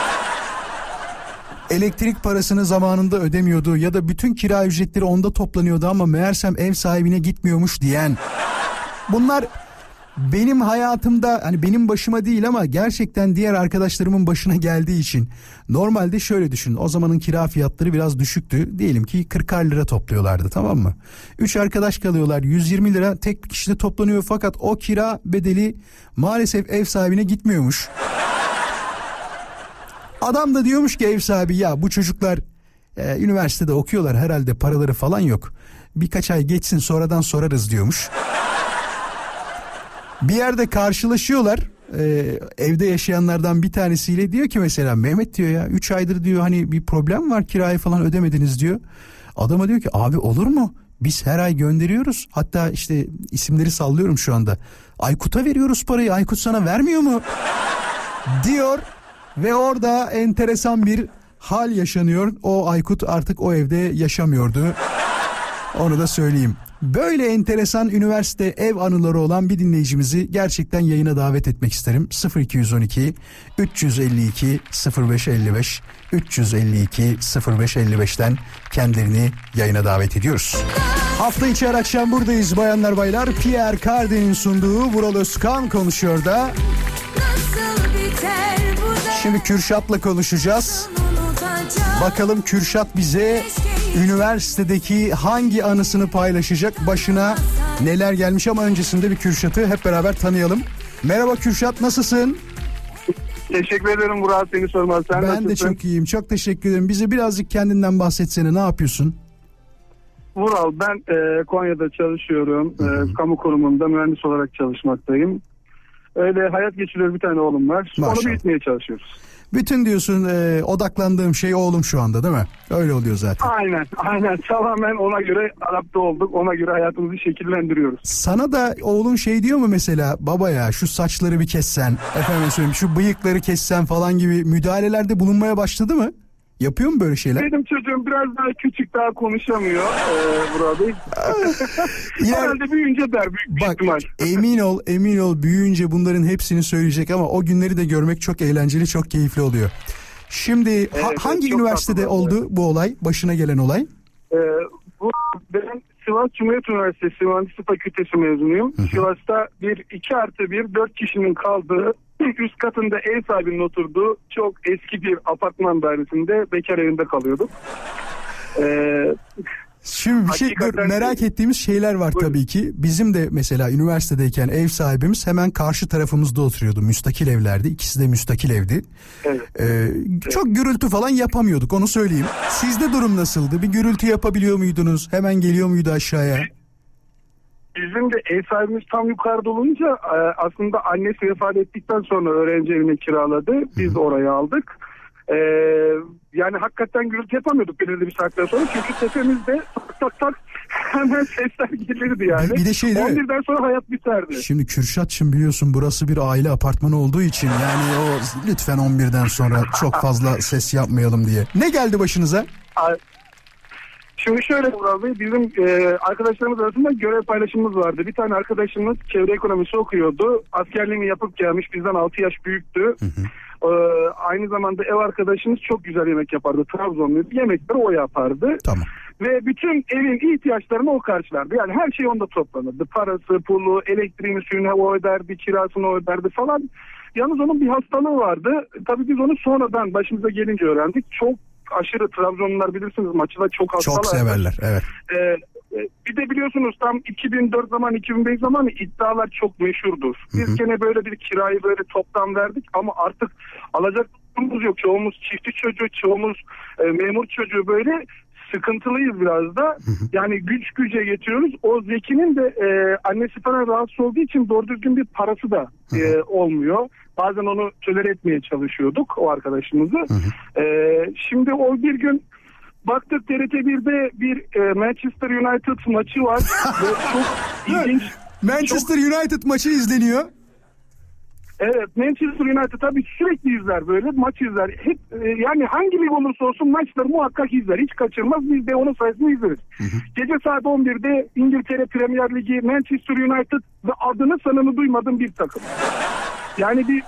elektrik parasını zamanında ödemiyordu ya da bütün kira ücretleri onda toplanıyordu ama meğersem ev sahibine gitmiyormuş diyen. Bunlar benim hayatımda, hani benim başıma değil ama gerçekten diğer arkadaşlarımın başına geldiği için. Normalde şöyle düşün, o zamanın kira fiyatları biraz düşüktü. Diyelim ki 40'ar lira topluyorlardı, tamam mı? 3 arkadaş kalıyorlar, 120 lira tek bir kişide toplanıyor fakat o kira bedeli maalesef ev sahibine gitmiyormuş. Adam da diyormuş ki ev sahibi, ya bu çocuklar üniversitede okuyorlar herhalde, paraları falan yok. Birkaç ay geçsin sonradan sorarız diyormuş. Bir yerde karşılaşıyorlar, evde yaşayanlardan bir tanesiyle, diyor ki mesela Mehmet diyor ya 3 aydır diyor hani bir problem var, kirayı falan ödemediniz diyor. Adama diyor ki abi olur mu? Biz her ay gönderiyoruz, hatta işte isimleri sallıyorum şu anda. Aykut'a veriyoruz parayı, Aykut sana vermiyor mu? Diyor ve orada enteresan bir hal yaşanıyor. O Aykut artık o evde yaşamıyordu. Onu da söyleyeyim. Böyle enteresan üniversite ev anıları olan bir dinleyicimizi gerçekten yayına davet etmek isterim. 0212 352 0555 352 0555'ten kendilerini yayına davet ediyoruz. Hafta içi her akşam buradayız bayanlar baylar. Pierre Cardin'in sunduğu Vural Özkan konuşuyor da. Şimdi Kürşat'la konuşacağız. Bakalım Kürşat bize üniversitedeki hangi anısını paylaşacak, başına neler gelmiş, ama öncesinde bir Kürşat'ı hep beraber tanıyalım. Merhaba Kürşat, nasılsın? Teşekkür ederim Murat, seni sormaz. Sen ben nasılsın? de çok iyiyim, çok teşekkür ederim. Bize birazcık kendinden bahsetsene, ne yapıyorsun? Vural, ben Konya'da çalışıyorum. Kamu kurumunda mühendis olarak çalışmaktayım. Öyle hayat geçiriyor, bir tane oğlum var. Maşallah. Onu büyütmeye çalışıyoruz. Bütün diyorsun odaklandığım şey oğlum şu anda, değil mi? Öyle oluyor zaten. Aynen tamamen ona göre adapte olduk. Ona göre hayatımızı şekillendiriyoruz. Sana da oğlun şey diyor mu mesela, baba ya şu saçları bir kessen, efendim söyleyeyim şu bıyıkları kessen falan gibi müdahalelerde bulunmaya başladı mı? Yapıyor mu böyle şeyler? Benim çocuğum biraz daha küçük, daha konuşamıyor Murat Bey. Herhalde büyüyünce der, büyük bak, ihtimal. emin ol büyüyünce bunların hepsini söyleyecek ama o günleri de görmek çok eğlenceli, çok keyifli oluyor. Şimdi hangi üniversitede oldu bu olay, başına gelen olay? Ben Sivas Cumhuriyet Üniversitesi Mühendislik Fakültesi mezunuyum. Sivas'ta 2+1 4 kişinin kaldığı, üst katında ev sahibinin oturduğu çok eski bir apartman dairesinde bekar evinde kalıyorduk. Şimdi bir şey merak ettiğimiz şeyler var. Buyurun. Tabii ki. Bizim de mesela üniversitedeyken ev sahibimiz hemen karşı tarafımızda oturuyordu. Müstakil evlerdi. İkisi de müstakil evdi. Evet. Çok gürültü falan yapamıyorduk, onu söyleyeyim. Sizde durum nasıldı? Bir gürültü yapabiliyor muydunuz? Hemen geliyor muydu aşağıya? Bizim de ev sahibimiz tam yukarıda olunca aslında annesi vefat ettikten sonra öğrenci evini kiraladı. Biz de orayı aldık. Yani hakikaten gürültü yapamıyorduk belirli bir saatten sonra. Çünkü tepemizde tak hemen sesler gelirdi yani. Bir de şey değil mi? 11'den sonra hayat biterdi. Şimdi Kürşat'cığım biliyorsun burası bir aile apartmanı olduğu için yani o lütfen 11'den sonra çok fazla ses yapmayalım diye. Ne geldi başınıza? Şimdi şöyle Murat Bey, bizim arkadaşlarımız arasında görev paylaşımımız vardı. Bir tane arkadaşımız çevre ekonomisi okuyordu. Askerliğini yapıp gelmiş, bizden 6 yaş büyüktü. Aynı zamanda ev arkadaşımız çok güzel yemek yapardı. Trabzonlu yemekleri o yapardı. Tamam. Ve bütün evin ihtiyaçlarını o karşılardı. Yani her şey onda toplanırdı. Parası, pulu, elektriğini, suyunu o öderdi, kirasını o öderdi falan. Yalnız onun bir hastalığı vardı. Tabii biz onu sonradan başımıza gelince öğrendik. Çok aşırı Trabzonlular bilirsiniz maçı da çok hastalar. Çok severler, evet. Bir de biliyorsunuz tam 2004 zaman 2005 zaman iddialar çok meşhurdur. Biz gene böyle bir kirayı böyle toptan verdik ama artık alacak durumumuz yok. Çoğumuz çiftçi çocuğu, çoğumuz memur çocuğu, böyle sıkıntılıyız biraz da. Yani güce getiriyoruz. O Zeki'nin de annesi falan rahatsız olduğu için doğru düzgün bir parası da olmuyor. Bazen onu tolere etmeye çalışıyorduk o arkadaşımızı. Şimdi o bir gün baktık TRT1'de bir Manchester United maçı var. Çok ilginç. Manchester United maçı izleniyor. Evet, Manchester United tabii sürekli izler, böyle maç izler. Hep yani hangi lig olursa olsun maçları muhakkak izler. Hiç kaçırmaz. Biz de onun sayesinde izleriz. Gece saat 11'de İngiltere Premier Ligi Manchester United ve adını sanını duymadığım bir takım. Yani bir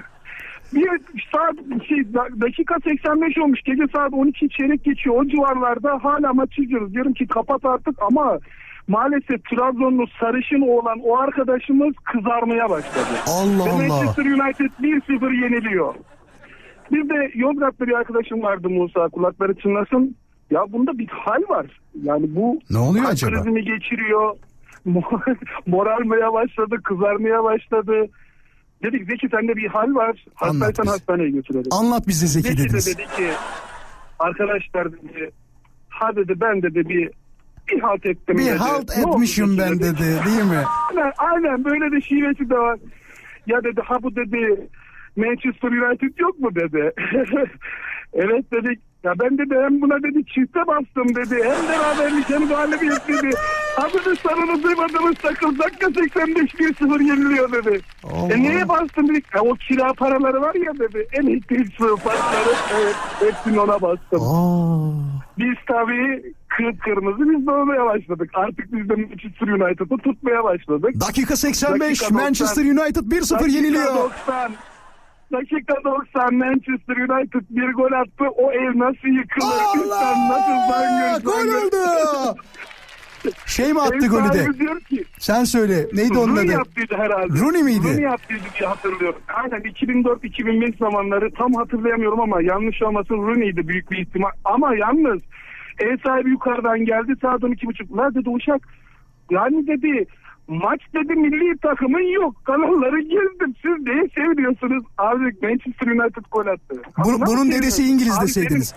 saat dakika 85 olmuş. Gece saat 12 çeyrek geçiyor. O civarlarda hala maç izliyoruz. Diyorum ki kapat artık ama maalesef Trabzonlu sarışın olan o arkadaşımız kızarmaya başladı. Allah Allah. Manchester United 1-0 yeniliyor. Bir de Yozgat'ta bir arkadaşım vardı, Musa, kulakları çınlasın. Ya bunda bir hal var. Yani bu ne oluyor acaba? Krizini geçiriyor. Morarmaya başladı, kızarmaya başladı. Dedik Zeki sende bir hal var. Hastaysan hastaneye götürelim. Anlat bize Zeki dediniz. Zeki de dedi ki arkadaşlar dedi, ha dedi ben dedi bir halt ettim bir dedi. halt etmişim ben dedi, değil mi? Aynen böyle de şivesi de var. Ya dedi ha bu dedi Manchester United yok mu dedi. Evet dedik. Ya ben dedi hem buna dedi çifte bastım dedi. Hem beraberlik hem galibiyet dedi. Adını sarını duymadığımız takım dakika 85 1-0 yeniliyor dedi. Neye bastın dedik. O kira paraları var ya dedi. Elektrik su paraları. Evet hepsini ona bastım. Biz tabii kırmızı biz doğmaya başladık. Artık biz de Manchester United'ı tutmaya başladık. Dakika 85 Manchester United 1-0 yeniliyor. Dakika 90 Manchester United bir gol attı. O ev nasıl yıkılır? Allah! Gol oldu! Şey mi attı golü de? Sen söyle. Neydi onun adı? Rooney yaptıydı herhalde. Rooney miydi? Rooney yaptıydı diye hatırlıyorum. Aynen 2004-2005 zamanları tam hatırlayamıyorum ama yanlış olmasın Rooney'di büyük bir ihtimal. Ama yalnız ev sahibi yukarıdan geldi saat 12.30. La dedi uşak yani dedi maç dedi milli takımın yok. Kanalları gezdim. Siz neyi seviyorsunuz? Abi Manchester United gol attı. Bunun dedesi İngiliz deseydiniz.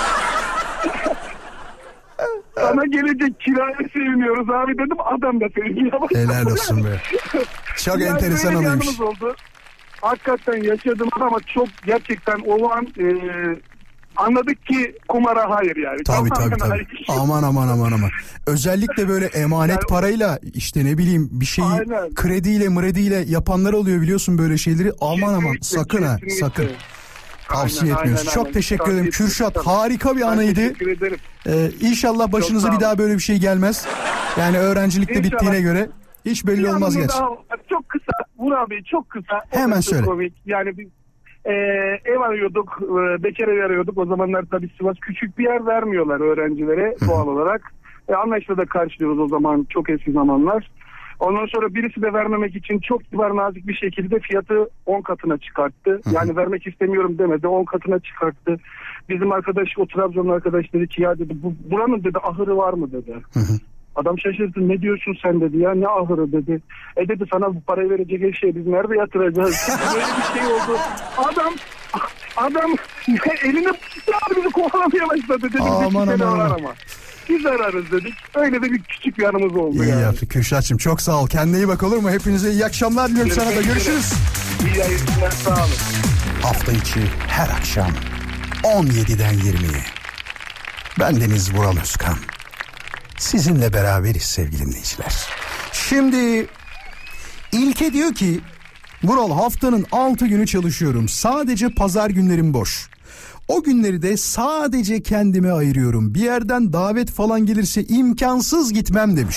Sana gelecek kiraya seviniyoruz abi dedim. Adam da seviniyor. Helal olsun be. Çok yani enteresan olmuş. Oldu. Hakikaten yaşadığım ama çok gerçekten o an anladık ki kumara hayır yani. Tabii. Aman. Özellikle böyle emanet parayla işte ne bileyim bir şeyi krediyle yapanlar oluyor biliyorsun böyle şeyleri. Aman sakın ha sakın. Tavsiye etmiyoruz. Çok teşekkür ederim. Kürşat harika bir anıydı. İnşallah başınıza bir daha böyle bir şey gelmez. Yani öğrencilikte bittiğine göre hiç belli olmaz gerçi. Çok kısa Murat Bey çok kısa. Hemen söyle. Komik. Yani biz ev arıyorduk, bekar ev arıyorduk. O zamanlar tabii Sivas küçük bir yer vermiyorlar öğrencilere doğal olarak. Anlaşla da karşılıyoruz o zaman çok eski zamanlar. Ondan sonra birisi de vermemek için çok kibar nazik bir şekilde fiyatı 10 katına çıkarttı. Yani vermek istemiyorum demedi, 10 katına çıkarttı. Bizim arkadaş, o Trabzonlu arkadaş dedi ki ya dedi buranın dedi ahırı var mı dedi. Adam şaşırdı, ne diyorsun sen dedi ya, ne ahırı dedi. Dedi sana bu parayı verecek her şeyi biz nerede yatıracağız? Böyle bir şey oldu. Adam elini bizi kovalamaya başladı dedi. Aman aman. Biz ararız dedik. Öyle de bir küçük bir yanımız oldu. İyi yani. yaptık Kürşat'cığım, çok sağ ol. Kendine iyi bak, olur mu? Hepinize iyi akşamlar diliyorum sana da. Görüşürüz. İyi yayınlar, sağ olun. Hafta içi her akşam 17'den 20'ye. Ben Deniz Vural Özkan. Sizinle beraberiz sevgili dinleyiciler. Şimdi İlke diyor ki Vural, haftanın 6 günü çalışıyorum. Sadece pazar günlerim boş. O günleri de sadece kendime ayırıyorum. Bir yerden davet falan gelirse imkansız gitmem demiş.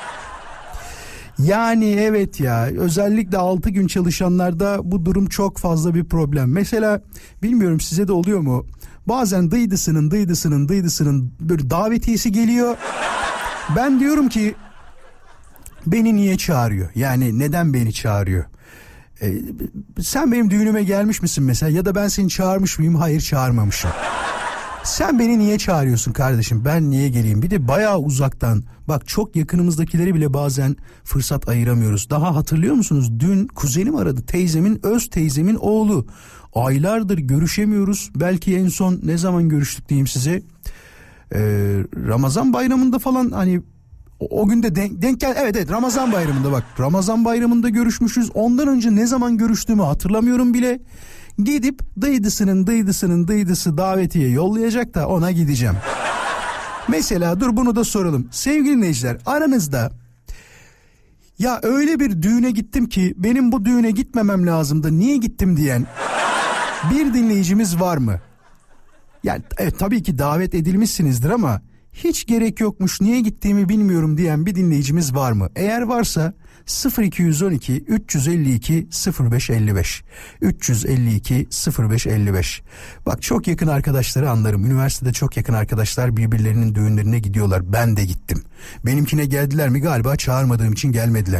Yani evet ya, özellikle 6 gün çalışanlarda bu durum çok fazla bir problem. Mesela bilmiyorum size de oluyor mu? Bazen dıydısının böyle davetiyesi geliyor. Ben diyorum ki beni niye çağırıyor? Yani neden beni çağırıyor? Sen benim düğünüme gelmiş misin mesela, ya da ben seni çağırmış mıyım? Hayır, çağırmamışım. Sen beni niye çağırıyorsun kardeşim? Ben niye geleyim? Bir de bayağı uzaktan. Bak, çok yakınımızdakileri bile bazen fırsat ayıramıyoruz. Daha hatırlıyor musunuz? Dün kuzenim aradı. Öz teyzemin oğlu. Aylardır görüşemiyoruz. Belki en son ne zaman görüştük diyeyim size. Ramazan bayramında falan, hani o gün de denk gel. Evet Ramazan bayramında, bak Ramazan bayramında görüşmüşüz. Ondan önce ne zaman görüştüğümü hatırlamıyorum bile. Gidip dıydısı davetiye yollayacak da ona gideceğim. Mesela dur bunu da soralım. Sevgili dinleyiciler, aranızda ya öyle bir düğüne gittim ki benim bu düğüne gitmemem lazımdı, niye gittim diyen bir dinleyicimiz var mı? Yani evet, tabii ki davet edilmişsinizdir ama hiç gerek yokmuş, niye gittiğimi bilmiyorum diyen bir dinleyicimiz var mı? Eğer varsa 0212 352 0555 352 0555. Bak, çok yakın arkadaşları anlarım. Üniversitede çok yakın arkadaşlar birbirlerinin düğünlerine gidiyorlar. Ben de gittim. Benimkine geldiler mi? Galiba çağırmadığım için gelmediler.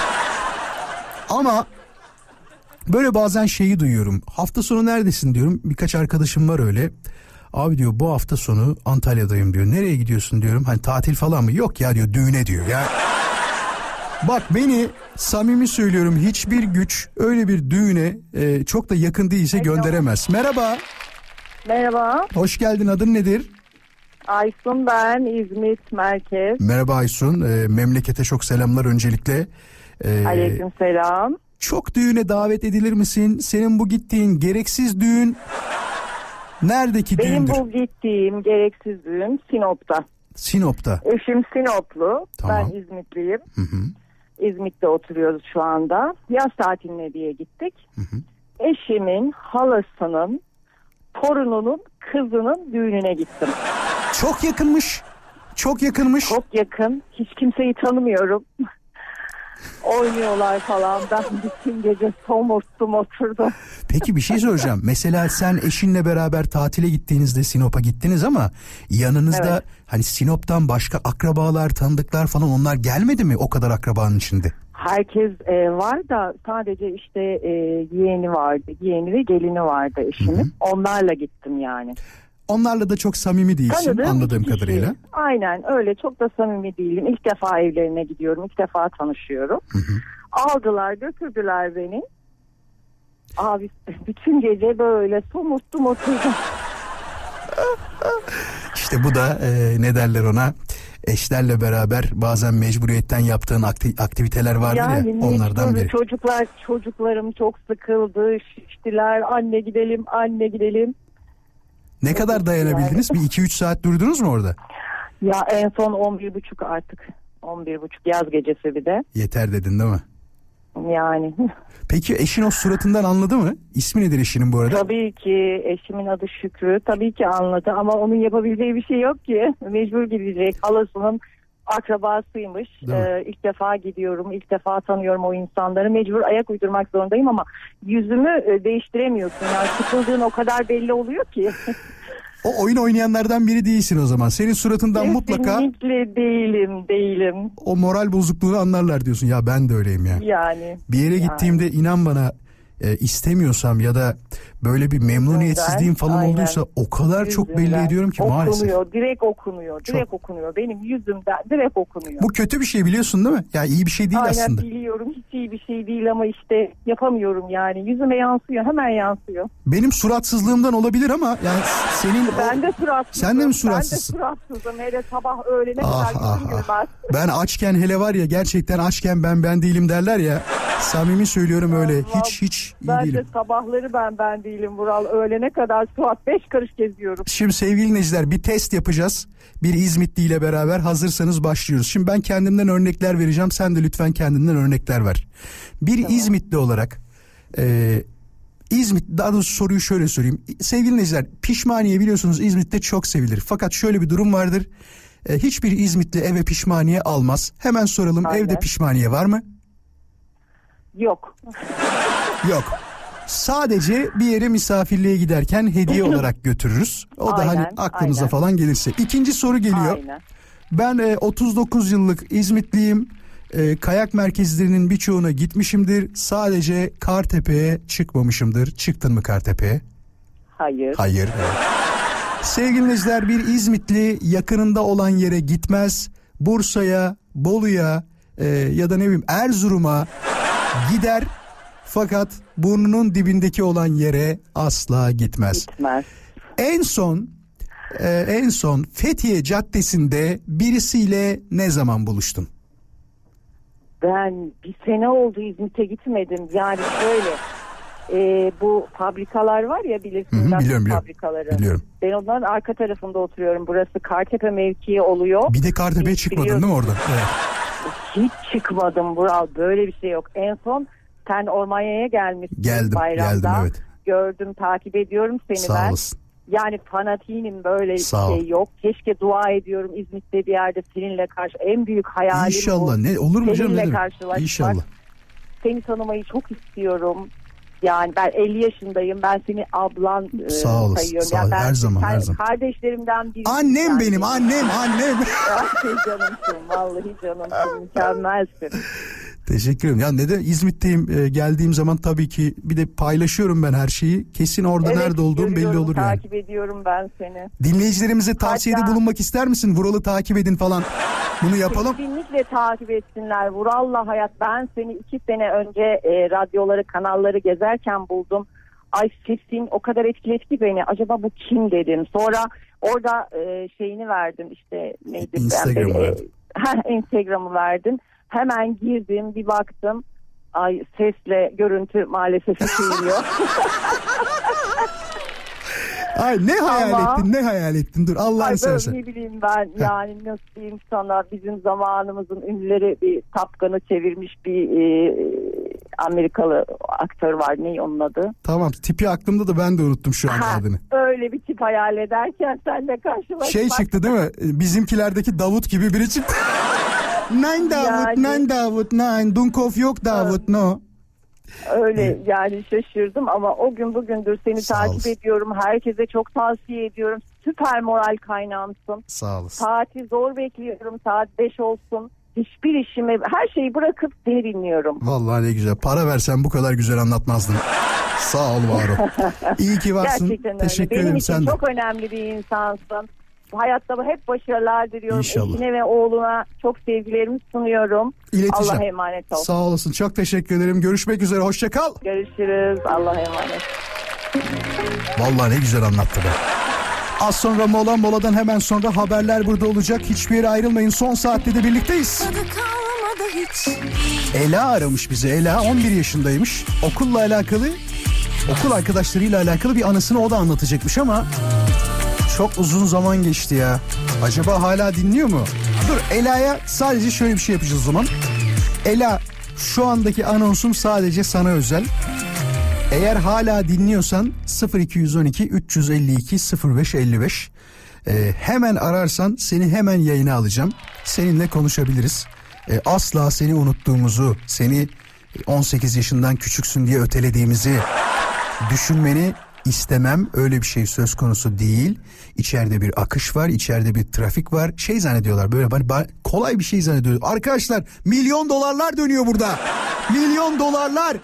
Ama böyle bazen şeyi duyuyorum. Hafta sonu neredesin diyorum. Birkaç arkadaşım var öyle. Abi diyor, bu hafta sonu Antalya'dayım diyor. Nereye gidiyorsun diyorum. Hani tatil falan mı? Yok ya diyor, düğüne diyor. Ya bak, beni samimi söylüyorum, hiçbir güç öyle bir düğüne çok da yakın değilse gönderemez. Merhaba. Merhaba. Hoş geldin, adın nedir? Aysun ben, İzmit merkez. Merhaba Aysun, memlekete çok selamlar öncelikle. Aleykümselam. Çok düğüne davet edilir misin? Senin bu gittiğin gereksiz düğün neredeki Benim düğündür? Benim bu gittiğim gereksiz düğün Sinop'ta. Sinop'ta. Eşim Sinoplu. Tamam. Ben İzmitliyim. Hı. İzmit'te oturuyoruz şu anda. Yaz tatiline diye gittik. Hı. Eşimin halasının torununun kızının düğününe gittim. Çok yakınmış. Çok yakın. Hiç kimseyi tanımıyorum. Oynuyorlar falan. Ben bütün gece somurttum, oturdum. Peki bir şey soracağım. Mesela sen eşinle beraber tatile gittiğinizde Sinop'a gittiniz ama yanınızda evet, hani Sinop'tan başka akrabalar, tanıdıklar falan, onlar gelmedi mi o kadar akrabanın içinde? Herkes var da sadece işte yeğeni vardı. Yeğeni ve gelini vardı eşimin. Hı-hı. Onlarla gittim yani. Onlarla da çok samimi değilsin anladığım kadarıyla. Aynen öyle, çok da samimi değilim. İlk defa evlerine gidiyorum. İlk defa tanışıyorum. Hı. Aldılar, götürdüler beni. Abi bütün gece böyle somurttum, oturdum. İşte bu da ne derler ona, eşlerle beraber bazen mecburiyetten yaptığın aktiviteler vardır yani, ya, onlardan biri. Çocuklarım çok sıkıldı, şiştiler, anne gidelim. Ne kadar dayanabildiniz? Bir 2-3 saat durdunuz mu orada? Ya en son 11.30 artık. 11.30 yaz gecesi bir de. Yeter dedin değil mi? Yani. Peki eşin o suratından anladı mı? İsmi nedir eşinin bu arada? Tabii ki eşimin adı Şükrü. Tabii ki anladı ama onun yapabileceği bir şey yok ki. Mecbur gidecek. Halasının akrabasıymış. İlk defa gidiyorum. İlk defa tanıyorum o insanları. Mecbur ayak uydurmak zorundayım ama yüzümü değiştiremiyorsun. Yani sıkıldığın o kadar belli oluyor ki. O oyun oynayanlardan biri değilsin o zaman. Senin suratından mutlaka Kesinlikle değilim. o moral bozukluğunu anlarlar diyorsun. Ya ben de öyleyim ya. Yani. Bir yere gittiğimde inan bana istemiyorsam ya da böyle bir memnuniyetsizliğim falan Aynen. olduysa o kadar çok belli Yüzümden. ediyorum ki maalesef. Direkt okunuyor. Benim yüzümden direkt okunuyor. Bu kötü bir şey biliyorsun değil mi? Yani iyi bir şey değil Aynen, aslında. biliyorum, hiç iyi bir şey değil ama işte yapamıyorum yani. Yüzüme yansıyor, hemen yansıyor. Benim suratsızlığımdan olabilir ama yani senin Ben de suratsızım. Sen de mi suratsızsın? Ben de suratsızım. Hele sabah öğlene kadar yüzüm gülmez. Ben açken hele var ya, gerçekten açken ben değilim derler ya. Samimi söylüyorum öyle. Hiç iyi Ben değilim. de sabahları ben değilim Vural. Öğlene kadar surat 5 karış geziyorum. Şimdi sevgili dinleyiciler, bir test yapacağız. Bir İzmitli ile beraber, hazırsanız başlıyoruz. Şimdi ben kendimden örnekler vereceğim. Sen de lütfen kendinden örnekler ver. Bir tamam. İzmitli olarak daha doğrusu soruyu şöyle sorayım. Sevgili dinleyiciler, pişmaniye biliyorsunuz İzmit'te çok sevilir. Fakat şöyle bir durum vardır. Hiçbir İzmitli eve pişmaniye almaz. Hemen soralım. Aynen. Evde pişmaniye var mı? Yok. Yok. Sadece bir yere misafirliğe giderken hediye olarak götürürüz. O da hani aklımıza falan gelirse. İkinci soru geliyor. Aynen. Ben 39 yıllık İzmitliyim. Kayak merkezlerinin birçoğuna gitmişimdir. Sadece Kartepe'ye çıkmamışımdır. Çıktın mı Kartepe'ye? Hayır. Sevgili dinleyiciler, bir İzmitli yakınında olan yere gitmez. Bursa'ya, Bolu'ya ya da ne bileyim Erzurum'a gider. Fakat burnunun dibindeki olan yere asla gitmez. En son Fethiye Caddesi'nde birisiyle ne zaman buluştun? Ben bir sene oldu İzmit'e gitmedim. Yani şöyle bu fabrikalar var ya, bilirsin. Biliyorum. Fabrikaları. Biliyorum. Ben onların arka tarafında oturuyorum. Burası Kartepe mevkii oluyor. Bir de Kartepe'ye çıkmadın değil mi orada? Evet. Hiç çıkmadım Bural. Böyle bir şey yok. En son sen Ormanya'ya gelmişsin bayramda. Geldim evet. Gördüm, takip ediyorum seni. Sağ olasın. Yani fanatiğim, böyle bir şey yok. Keşke, dua ediyorum İzmit'te bir yerde seninle karşı, en büyük hayalim İnşallah. bu. Ne olur mu canım? Seninle karşılaşmak. İnşallah. Seni tanımayı çok istiyorum. Yani ben 50 yaşındayım. Ben seni ablan sağ olasın, sayıyorum. Sağ ol. Her zaman. Kardeşlerimden biri. Annem yani. Benim annem. Canımsın. Vallahi canımsın. Mükemmelsin. Teşekkür ederim. Ya neden İzmit'teyim, geldiğim zaman tabii ki bir de paylaşıyorum ben her şeyi. Kesin orada nerede olduğum belli olur yani. Takip ediyorum ben seni. Dinleyicilerimize tavsiyede bulunmak ister misin? Vural'ı takip edin falan. Bunu yapalım. Kesinlikle takip etsinler. Vural'la hayat. Ben seni 2 sene önce radyoları, kanalları gezerken buldum. Ay, sesin o kadar etkiledi ki beni. Acaba bu kim dedim. Sonra orada şeyini verdim, işte neydi? Instagram'ı verdim. Instagram'ı verdin. Hemen girdim, bir baktım. Ay, sesle görüntü maalesef sığmıyor. Ay ne hayal ettin dur Allah'ını seversen. Ne bileyim ben yani, nasıl diyeyim sana, bizim zamanımızın ünlüleri bir Tapkan'ı çevirmiş bir Amerikalı aktör var, ne onun adı? Tamam, tipi aklımda da ben de unuttum şu an adını. Öyle bir tip hayal ederken sen de karşılaşmak. Şey çıktı değil mi? Bizimkilerdeki Davut gibi biri çıktı. Nein Davut, nein. Dunkov yok Davut, no. Öyle yani, şaşırdım ama o gün bugündür seni takip ediyorum. Herkese çok tavsiye ediyorum. Süper moral kaynağımsın. Sağ olasın. Saati zor bekliyorum. Saat 5 olsun. Hiçbir işimi, her şeyi bırakıp seni dinliyorum. Vallahi ne güzel. Para versen bu kadar güzel anlatmazdın. Sağ ol, var ol. İyi ki varsın. Gerçekten teşekkür öyle. ederim. Benim için çok önemli bir insansın. Hayatta hep başarılar diliyorum. İnşallah. Eşine ve oğluna çok sevgilerimi sunuyorum. İletişim. Allah'a emanet ol. Sağ olasın. Çok teşekkür ederim. Görüşmek üzere. Hoşça kal. Görüşürüz. Allah'a emanet. Vallahi ne güzel anlattı be. Az sonra moladan hemen sonra haberler burada olacak. Hiçbir yere ayrılmayın. Son saatte de birlikteyiz. Ela aramış bizi. Ela 11 yaşındaymış. Okulla alakalı, okul arkadaşlarıyla alakalı bir anısını o da anlatacakmış ama çok uzun zaman geçti ya. Acaba hala dinliyor mu? Dur, Ela'ya sadece şöyle bir şey yapacağız o zaman. Ela, şu andaki anonsum sadece sana özel. Eğer hala dinliyorsan 0212 352 0555 hemen ararsan seni hemen yayına alacağım. Seninle konuşabiliriz. Asla seni unuttuğumuzu, seni 18 yaşından küçüksün diye ötelediğimizi düşünmeni İstemem, öyle bir şey söz konusu değil. İçeride bir akış var, içeride bir trafik var. Şey zannediyorlar, böyle kolay bir şey zannediyorlar. Arkadaşlar milyon dolarlar dönüyor burada. Milyon dolarlar.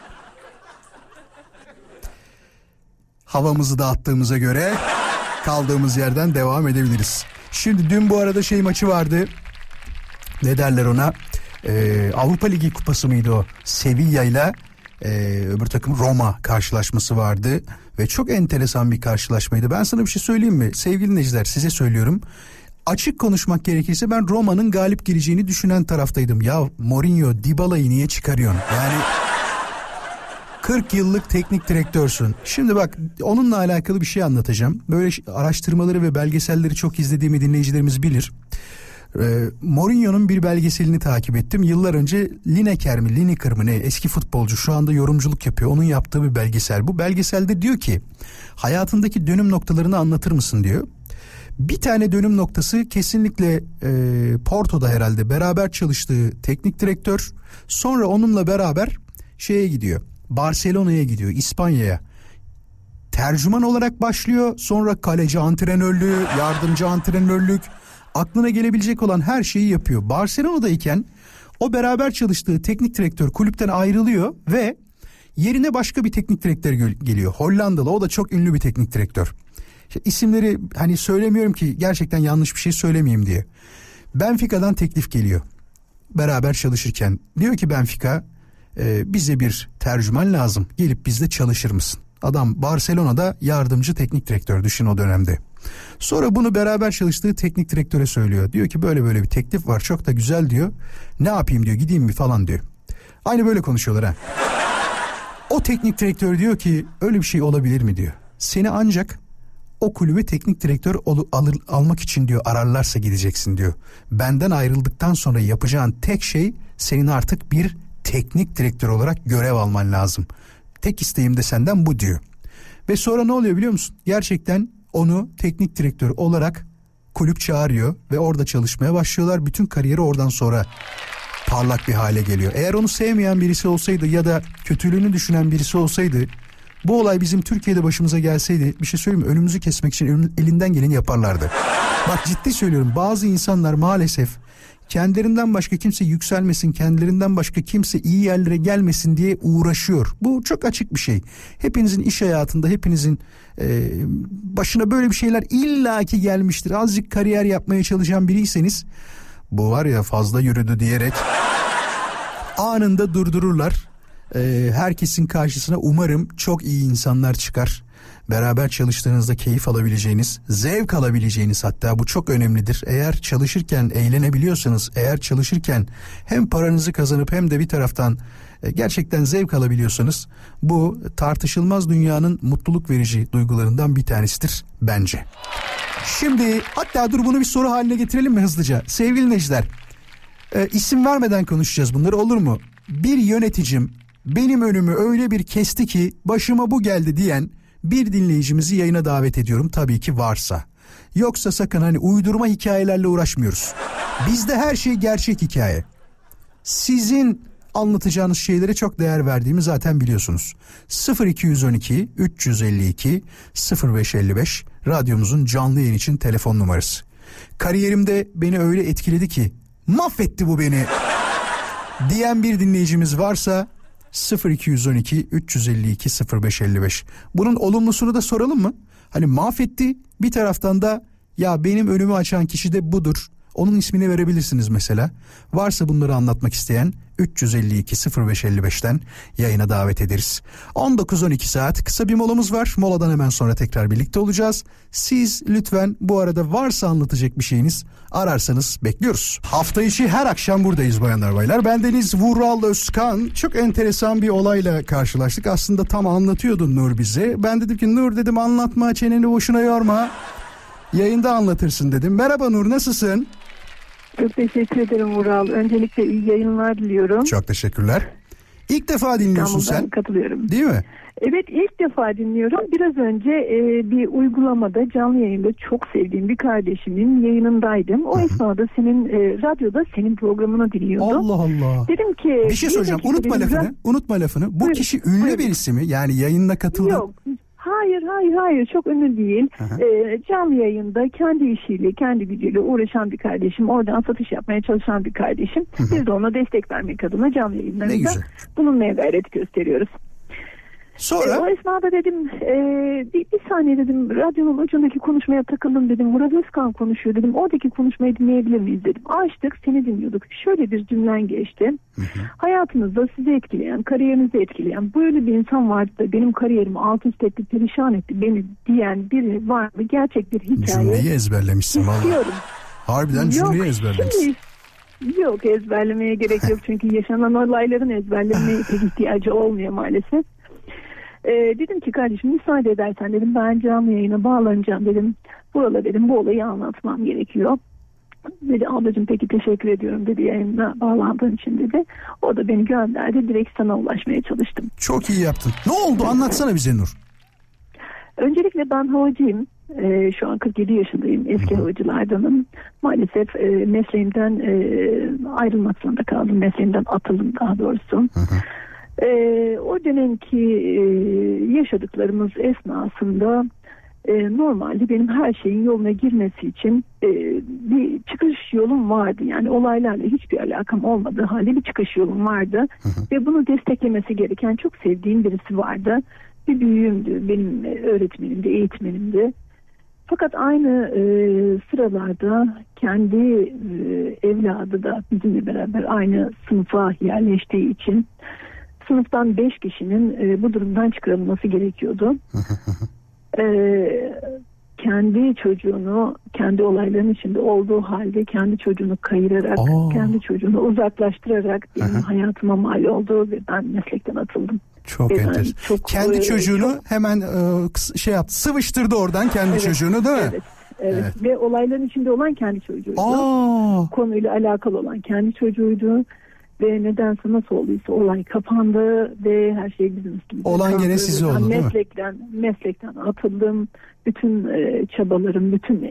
Havamızı dağıttığımıza göre kaldığımız yerden devam edebiliriz. Şimdi dün bu arada maçı vardı. Ne derler ona? Avrupa Ligi kupası mıydı o? Sevilla ile öbür takım Roma karşılaşması vardı. Ve çok enteresan bir karşılaşmaydı. Ben sana bir şey söyleyeyim mi? Sevgili dinleyiciler, size söylüyorum. Açık konuşmak gerekirse ben Roma'nın galip geleceğini düşünen taraftaydım. Ya Mourinho, Dybala'yı niye çıkarıyorsun? Yani 40 yıllık teknik direktörsün. Şimdi bak, onunla alakalı bir şey anlatacağım. Böyle araştırmaları ve belgeselleri çok izlediğimi dinleyicilerimiz bilir. Mourinho'nun bir belgeselini takip ettim. Yıllar önce Lineker mi ne, eski futbolcu, şu anda yorumculuk yapıyor. Onun yaptığı bir belgesel. Bu belgeselde diyor ki hayatındaki dönüm noktalarını anlatır mısın diyor. Bir tane dönüm noktası kesinlikle Porto'da herhalde beraber çalıştığı teknik direktör. Sonra onunla beraber şeye gidiyor. Barcelona'ya gidiyor, İspanya'ya. Tercüman olarak başlıyor. Sonra kaleci antrenörlüğü, yardımcı antrenörlük, aklına gelebilecek olan her şeyi yapıyor. Barcelona'dayken o beraber çalıştığı teknik direktör kulüpten ayrılıyor ve yerine başka bir teknik direktör geliyor. Hollandalı, o da çok ünlü bir teknik direktör. İsimleri hani söylemiyorum ki gerçekten yanlış bir şey söylemeyeyim diye. Benfica'dan teklif geliyor. Beraber çalışırken diyor ki Benfica, bize bir tercüman lazım. Gelip bizde çalışır mısın? Adam Barcelona'da yardımcı teknik direktör, düşün o dönemde. Sonra bunu beraber çalıştığı teknik direktöre söylüyor. Diyor ki böyle böyle bir teklif var, çok da güzel diyor. Ne yapayım diyor, gideyim mi falan diyor. Aynı böyle konuşuyorlar ha. O teknik direktör diyor ki öyle bir şey olabilir mi diyor. Seni ancak o kulübe teknik direktör almak için diyor ararlarsa gideceksin diyor. Benden ayrıldıktan sonra yapacağın tek şey senin artık bir teknik direktör olarak görev alman lazım. Tek isteğim de senden bu diyor. Ve sonra ne oluyor biliyor musun? Gerçekten onu teknik direktör olarak kulüp çağırıyor ve orada çalışmaya başlıyorlar. Bütün kariyeri oradan sonra parlak bir hale geliyor. Eğer onu sevmeyen birisi olsaydı ya da kötülüğünü düşünen birisi olsaydı, bu olay bizim Türkiye'de başımıza gelseydi, bir şey söyleyeyim mi? Önümüzü kesmek için elinden geleni yaparlardı. Bak ciddi söylüyorum, bazı insanlar maalesef kendilerinden başka kimse yükselmesin, kendilerinden başka kimse iyi yerlere gelmesin diye uğraşıyor. Bu çok açık bir şey. Hepinizin iş hayatında, hepinizin başına böyle bir şeyler illaki gelmiştir. Azıcık kariyer yapmaya çalışan biriyseniz, bu var ya fazla yürüdü diyerek anında durdururlar. Herkesin karşısına umarım çok iyi insanlar çıkar. Beraber çalıştığınızda keyif alabileceğiniz, zevk alabileceğiniz, hatta bu çok önemlidir. Eğer çalışırken eğlenebiliyorsanız, eğer çalışırken hem paranızı kazanıp hem de bir taraftan gerçekten zevk alabiliyorsanız, bu tartışılmaz dünyanın mutluluk verici duygularından bir tanesidir bence. Şimdi hatta dur, bunu bir soru haline getirelim mi hızlıca? Sevgili dinleyiciler, isim vermeden konuşacağız bunları, olur mu? Bir yöneticim benim önümü öyle bir kesti ki başıma bu geldi diyen bir dinleyicimizi yayına davet ediyorum, tabii ki varsa. Yoksa sakın hani uydurma hikayelerle uğraşmıyoruz. Bizde her şey gerçek hikaye. Sizin anlatacağınız şeylere çok değer verdiğimi zaten biliyorsunuz. 0212 352 0555 radyomuzun canlı yayın için telefon numarası. Kariyerimde beni öyle etkiledi ki mahvetti bu beni diyen bir dinleyicimiz varsa 0212 352 0555. Bunun olumlusunu da soralım mı? Hani mahvetti, bir taraftan da ya benim önümü açan kişi de budur, onun ismini verebilirsiniz mesela. Varsa bunları anlatmak isteyen 352 0555'ten yayına davet ederiz. 19-12 saat kısa bir molamız var. Moladan hemen sonra tekrar birlikte olacağız. Siz lütfen bu arada varsa anlatacak bir şeyiniz ararsanız bekliyoruz. Hafta içi her akşam buradayız bayanlar baylar. Bendeniz Vural Özkan. Çok enteresan bir olayla karşılaştık. Aslında tam anlatıyordu Nur bize. Ben dedim ki Nur dedim anlatma, çeneni boşuna yorma. Yayında anlatırsın dedim. Merhaba Nur, nasılsın? Çok teşekkür ederim Vural. Öncelikle iyi yayınlar diliyorum. Çok teşekkürler. İlk defa dinliyorsun sen. Katılıyorum. Değil mi? Evet, ilk defa dinliyorum. Biraz önce bir uygulamada canlı yayında çok sevdiğim bir kardeşimin yayınındaydım. O esnada senin radyoda senin programını dinliyordu. Allah Allah. Dedim ki bir şey soracağım. Unutma lafını. Bu kişi ünlü birisi mi? Yani yayınına katıldı. Yok. Hayır çok ünlü değil. Canlı yayında kendi işiyle, kendi gücüyle uğraşan bir kardeşim, oradan satış yapmaya çalışan bir kardeşim. Biz de ona destek vermek adına canlı yayınlarında bulunmaya gayret gösteriyoruz. Sonra? O esnada dedim bir saniye dedim, radyonun ucundaki konuşmaya takıldım dedim. Murat Özkan konuşuyor dedim. Oradaki konuşmayı dinleyebilir miyiz dedim. Açtık, seni dinliyorduk. Şöyle bir cümlen geçti. Hayatınızda sizi etkileyen, kariyerinizi etkileyen böyle bir insan vardı da benim kariyerimi alt üst etti, perişan etti beni diyen biri var mı? Gerçek bir hikaye. Cümleyi ezberlemişsin vallahi. Harbiden cümleyi ezberlemişsin. Yok, ezberlemeye gerek yok çünkü yaşanan olayların ezberlemeye pek ihtiyacı olmuyor maalesef. Dedim ki kardeşim müsaade edersen dedim, ben canlı yayına bağlanacağım dedim. Burada dedim bu olayı anlatmam gerekiyor. Dedi ablacığım peki teşekkür ediyorum dedi, yayına bağlandığın için dedi. O da beni gönderdi, direkt sana ulaşmaya çalıştım. Çok iyi yaptın. Ne oldu, anlatsana bize Nur. Öncelikle ben havacıyım. Şu an 47 yaşındayım. Eski havacılardanım. Maalesef mesleğimden ayrılmak zorunda kaldım. Mesleğimden atıldım daha doğrusu. O dönemki yaşadıklarımız esnasında normalde benim her şeyin yoluna girmesi için bir çıkış yolum vardı. Yani olaylarla hiçbir alakam olmadığı halde bir çıkış yolum vardı. Ve bunu desteklemesi gereken çok sevdiğim birisi vardı. Bir büyüğümdü, benim öğretmenimdi, eğitmenimdi. Fakat aynı sıralarda kendi evladı da bizimle beraber aynı sınıfa yerleştiği için sınıftan 5 kişinin bu durumdan çıkarılması gerekiyordu. Kendi çocuğunu, kendi olayların içinde olduğu halde kendi çocuğunu kayırarak, kendi çocuğunu uzaklaştırarak benim hayatıma mal oldu ve ben meslekten atıldım. Çok enteresan. Kendi çocuğunu hemen yaptı, sıvıştırdı oradan kendi çocuğunu değil mi? Evet. Ve olayların içinde olan kendi çocuğuydu. Konuyla alakalı olan kendi çocuğuydu. Ve nedense nasıl olduysa olay kapandı ve her şey bizim üstümüzde. Olan gene size oldu değil mi? Meslekten atıldım. Bütün çabalarım,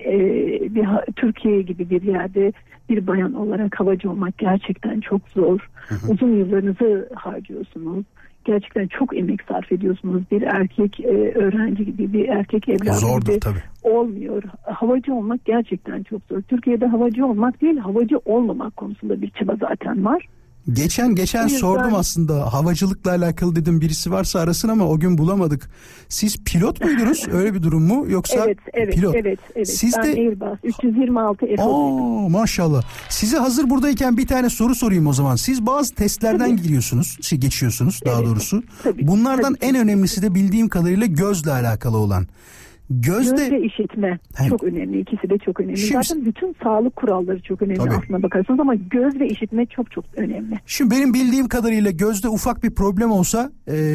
Türkiye gibi bir yerde bir bayan olarak havacı olmak gerçekten çok zor. Uzun yıllarınızı harcıyorsunuz. Gerçekten çok emek sarf ediyorsunuz. Bir erkek öğrenci gibi, bir erkek evladı gibi olmuyor. Havacı olmak gerçekten çok zor. Türkiye'de havacı olmak değil, havacı olmamak konusunda bir çaba zaten var. Geçen sordum aslında, havacılıkla alakalı dedim, birisi varsa arasın ama o gün bulamadık. Siz pilot muydunuz? Öyle bir durum mu? Yoksa pilot? Evet. Siz ben Airbus 326 F-18'ydim. Maşallah. Size hazır buradayken bir tane soru sorayım o zaman. Siz bazı testlerden geçiyorsunuz daha doğrusu. Bunlardan en önemlisi de bildiğim kadarıyla gözle alakalı olan. Göz ve işitme çok önemli. İkisi de çok önemli. Zaten bütün sağlık kuralları çok önemli aslına bakarsanız ama göz ve işitme çok önemli. Şimdi benim bildiğim kadarıyla gözde ufak bir problem olsa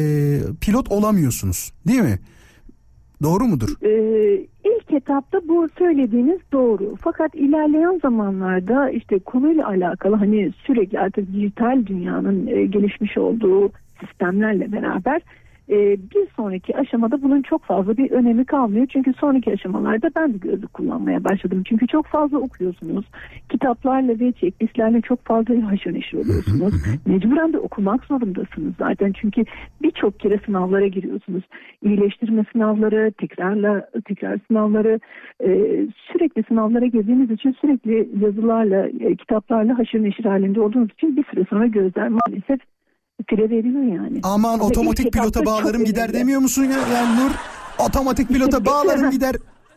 pilot olamıyorsunuz değil mi? Doğru mudur? İlk etapta bu söylediğiniz doğru. Fakat ilerleyen zamanlarda işte konuyla alakalı hani sürekli artık dijital dünyanın gelişmiş olduğu sistemlerle beraber bir sonraki aşamada bunun çok fazla bir önemi kalmıyor. Çünkü sonraki aşamalarda ben de gözlük kullanmaya başladım. Çünkü çok fazla okuyorsunuz. Kitaplarla ve checklistlerle çok fazla haşır neşir oluyorsunuz. Mecburen de okumak zorundasınız zaten. Çünkü birçok kere sınavlara giriyorsunuz. İyileştirme sınavları, tekrar sınavları, sürekli sınavlara girdiğiniz için sürekli yazılarla, kitaplarla haşır neşir halinde olduğunuz için bir süre sonra gözler maalesef fire veriyor yani. Aman otomatik pilota bağlarım gider demiyor musun ya? Yani Nur, otomatik pilota bağlarım gider.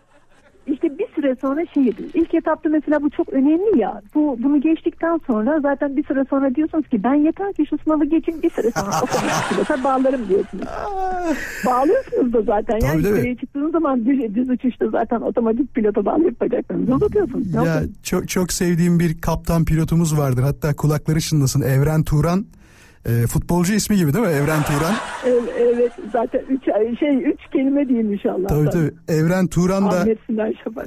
İşte bir süre sonra ilk etapta mesela bu çok önemli ya. Bunu geçtikten sonra zaten bir süre sonra diyorsunuz ki ben yeter ki şu sınavı geçin, bir süre sonra otomatik pilota bağlarım diyorsunuz. Bağlıyorsunuz da zaten. Yani yukarıya çıktığınız zaman düz uçuşta zaten otomatik pilota bağlayıp bacaklarınızı uzatıyorsunuz. Ya çok sevdiğim bir kaptan pilotumuz vardır. Hatta kulakları çınlasın, Evren Turan. Futbolcu ismi gibi değil mi? Evren Turan. Evet zaten 3 kelime değilmiş Allah'tan. Tabii. Evren Turan da Ahmet Sinan Şaban.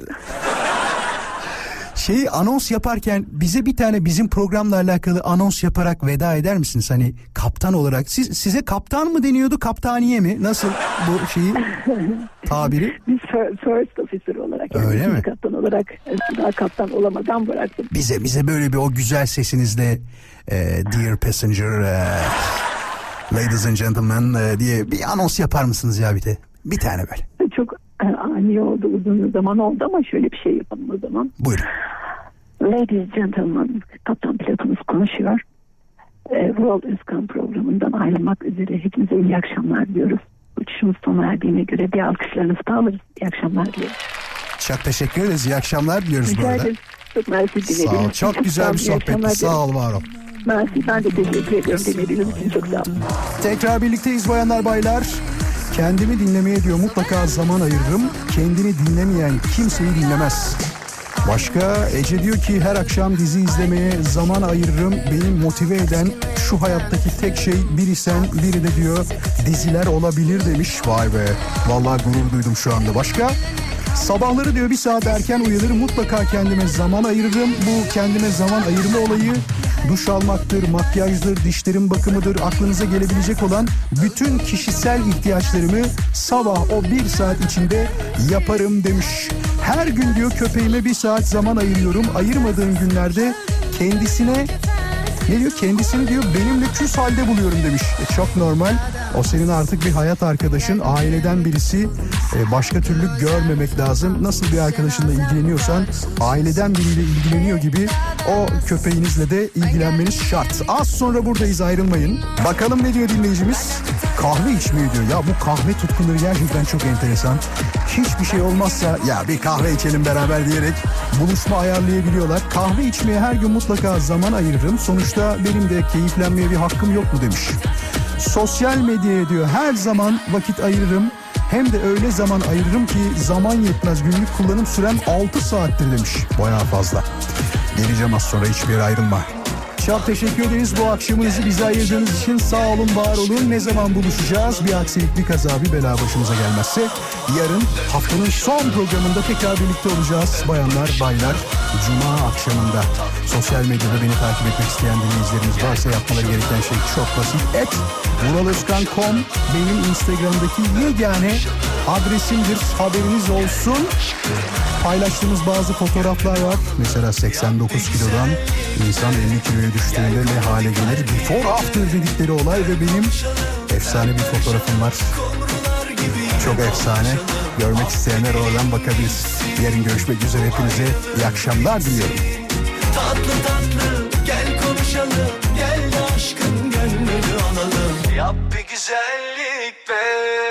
Anons yaparken bize bir tane bizim programla alakalı anons yaparak veda eder misiniz? Hani kaptan olarak. Size kaptan mı deniyordu, kaptaniye mi? Nasıl bu tabiri? Biz first officer olarak. Yani öyle mi? Kaptan olarak daha kaptan olamadan bıraktım. Bize böyle bir o güzel sesinizle dear passenger, ladies and gentlemen diye bir anons yapar mısınız ya bir de? Bir tane böyle. Çok ani oldu, uzun zaman oldu ama şöyle bir şey yapalım o zaman. Buyurun. Ladies, gentlemen, kaptan pilotumuz konuşuyor. World Özkan programından ayrılmak üzere hepinize iyi akşamlar diyoruz. Uçuşumuz sona erdiğine göre bir alkışlarınızı da alırız. İyi akşamlar diliyoruz. Çok teşekkür ederiz. İyi akşamlar diliyoruz Rica bu arada. ederiz. Çok mersi dilerim. Sağ ol. Çok güzel bir sohbetti. Sağ ol, var ol. Mersi, ben de teşekkür ediyorum dinlediğiniz için, çok sağ olun. Tekrar birlikteyiz bayanlar baylar. Kendimi dinlemeye diyor mutlaka zaman ayırırım. Kendini dinlemeyen kimseyi dinlemez. Başka Ece diyor ki her akşam dizi izlemeye zaman ayırırım. Beni motive eden şu hayattaki tek şey biri sen biri de diyor diziler olabilir demiş. Vay be, vallahi gurur duydum şu anda. Başka sabahları diyor bir saat erken uyanırım, mutlaka kendime zaman ayırırım. Bu kendime zaman ayırma olayı duş almaktır, makyajdır, dişlerin bakımıdır, aklınıza gelebilecek olan bütün kişisel ihtiyaçlarımı sabah o bir saat içinde yaparım demiş. Her gün diyor köpeğime bir saat zaman ayırıyorum. Ayırmadığım günlerde kendisine ne diyor? Kendisini diyor benimle küs halde buluyorum demiş. Çok normal. O senin artık bir hayat arkadaşın, aileden birisi. Başka türlü görmemek lazım. Nasıl bir arkadaşınla ilgileniyorsan aileden biriyle ilgileniyor gibi o köpeğinizle de ilgilenmeniz şart. Az sonra buradayız, ayrılmayın. Bakalım ne diyor dinleyicimiz? Kahve içmeyi diyor. Ya bu kahve tutkunları gerçekten çok enteresan. Hiçbir şey olmazsa ya bir kahve içelim beraber diyerek buluşma ayarlayabiliyorlar. Kahve içmeye her gün mutlaka zaman ayırırım. Sonuçta benim de keyiflenmeye bir hakkım yok mu demiş. Sosyal medyaya diyor her zaman vakit ayırırım. Hem de öyle zaman ayırırım ki zaman yetmez. Günlük kullanım sürem 6 saattir demiş. Bayağı fazla. Geleceğim az sonra, hiçbir yere ayrılma. Çok teşekkür ederiz bu akşamınızı bize ayırdığınız için. Sağ olun, var olun. Ne zaman buluşacağız? Bir aksilik, bir kaza, bir bela başımıza gelmezse yarın haftanın son programında tekrar birlikte olacağız. Bayanlar, baylar, Cuma akşamında. Sosyal medyada beni takip etmek isteyen dinleyicilerimiz varsa yapmaları gereken şey çok basit. @vuralozkan.com benim Instagram'daki yegane adresimdir. Haberiniz olsun. Paylaştığımız bazı fotoğraflar var. Mesela 89 kilodan insan 50 kiloya düştüğünde ne hale gelir? Before after dedikleri olay ve benim efsane bir fotoğrafım var. Çok efsane. Görmek isteyenler oradan bakabilir. Yarın görüşmek üzere, hepinize iyi akşamlar diliyorum. Tatlı tatlı gel konuşalım, gel de aşkın gönlünü alalım. Yap bir güzellik be.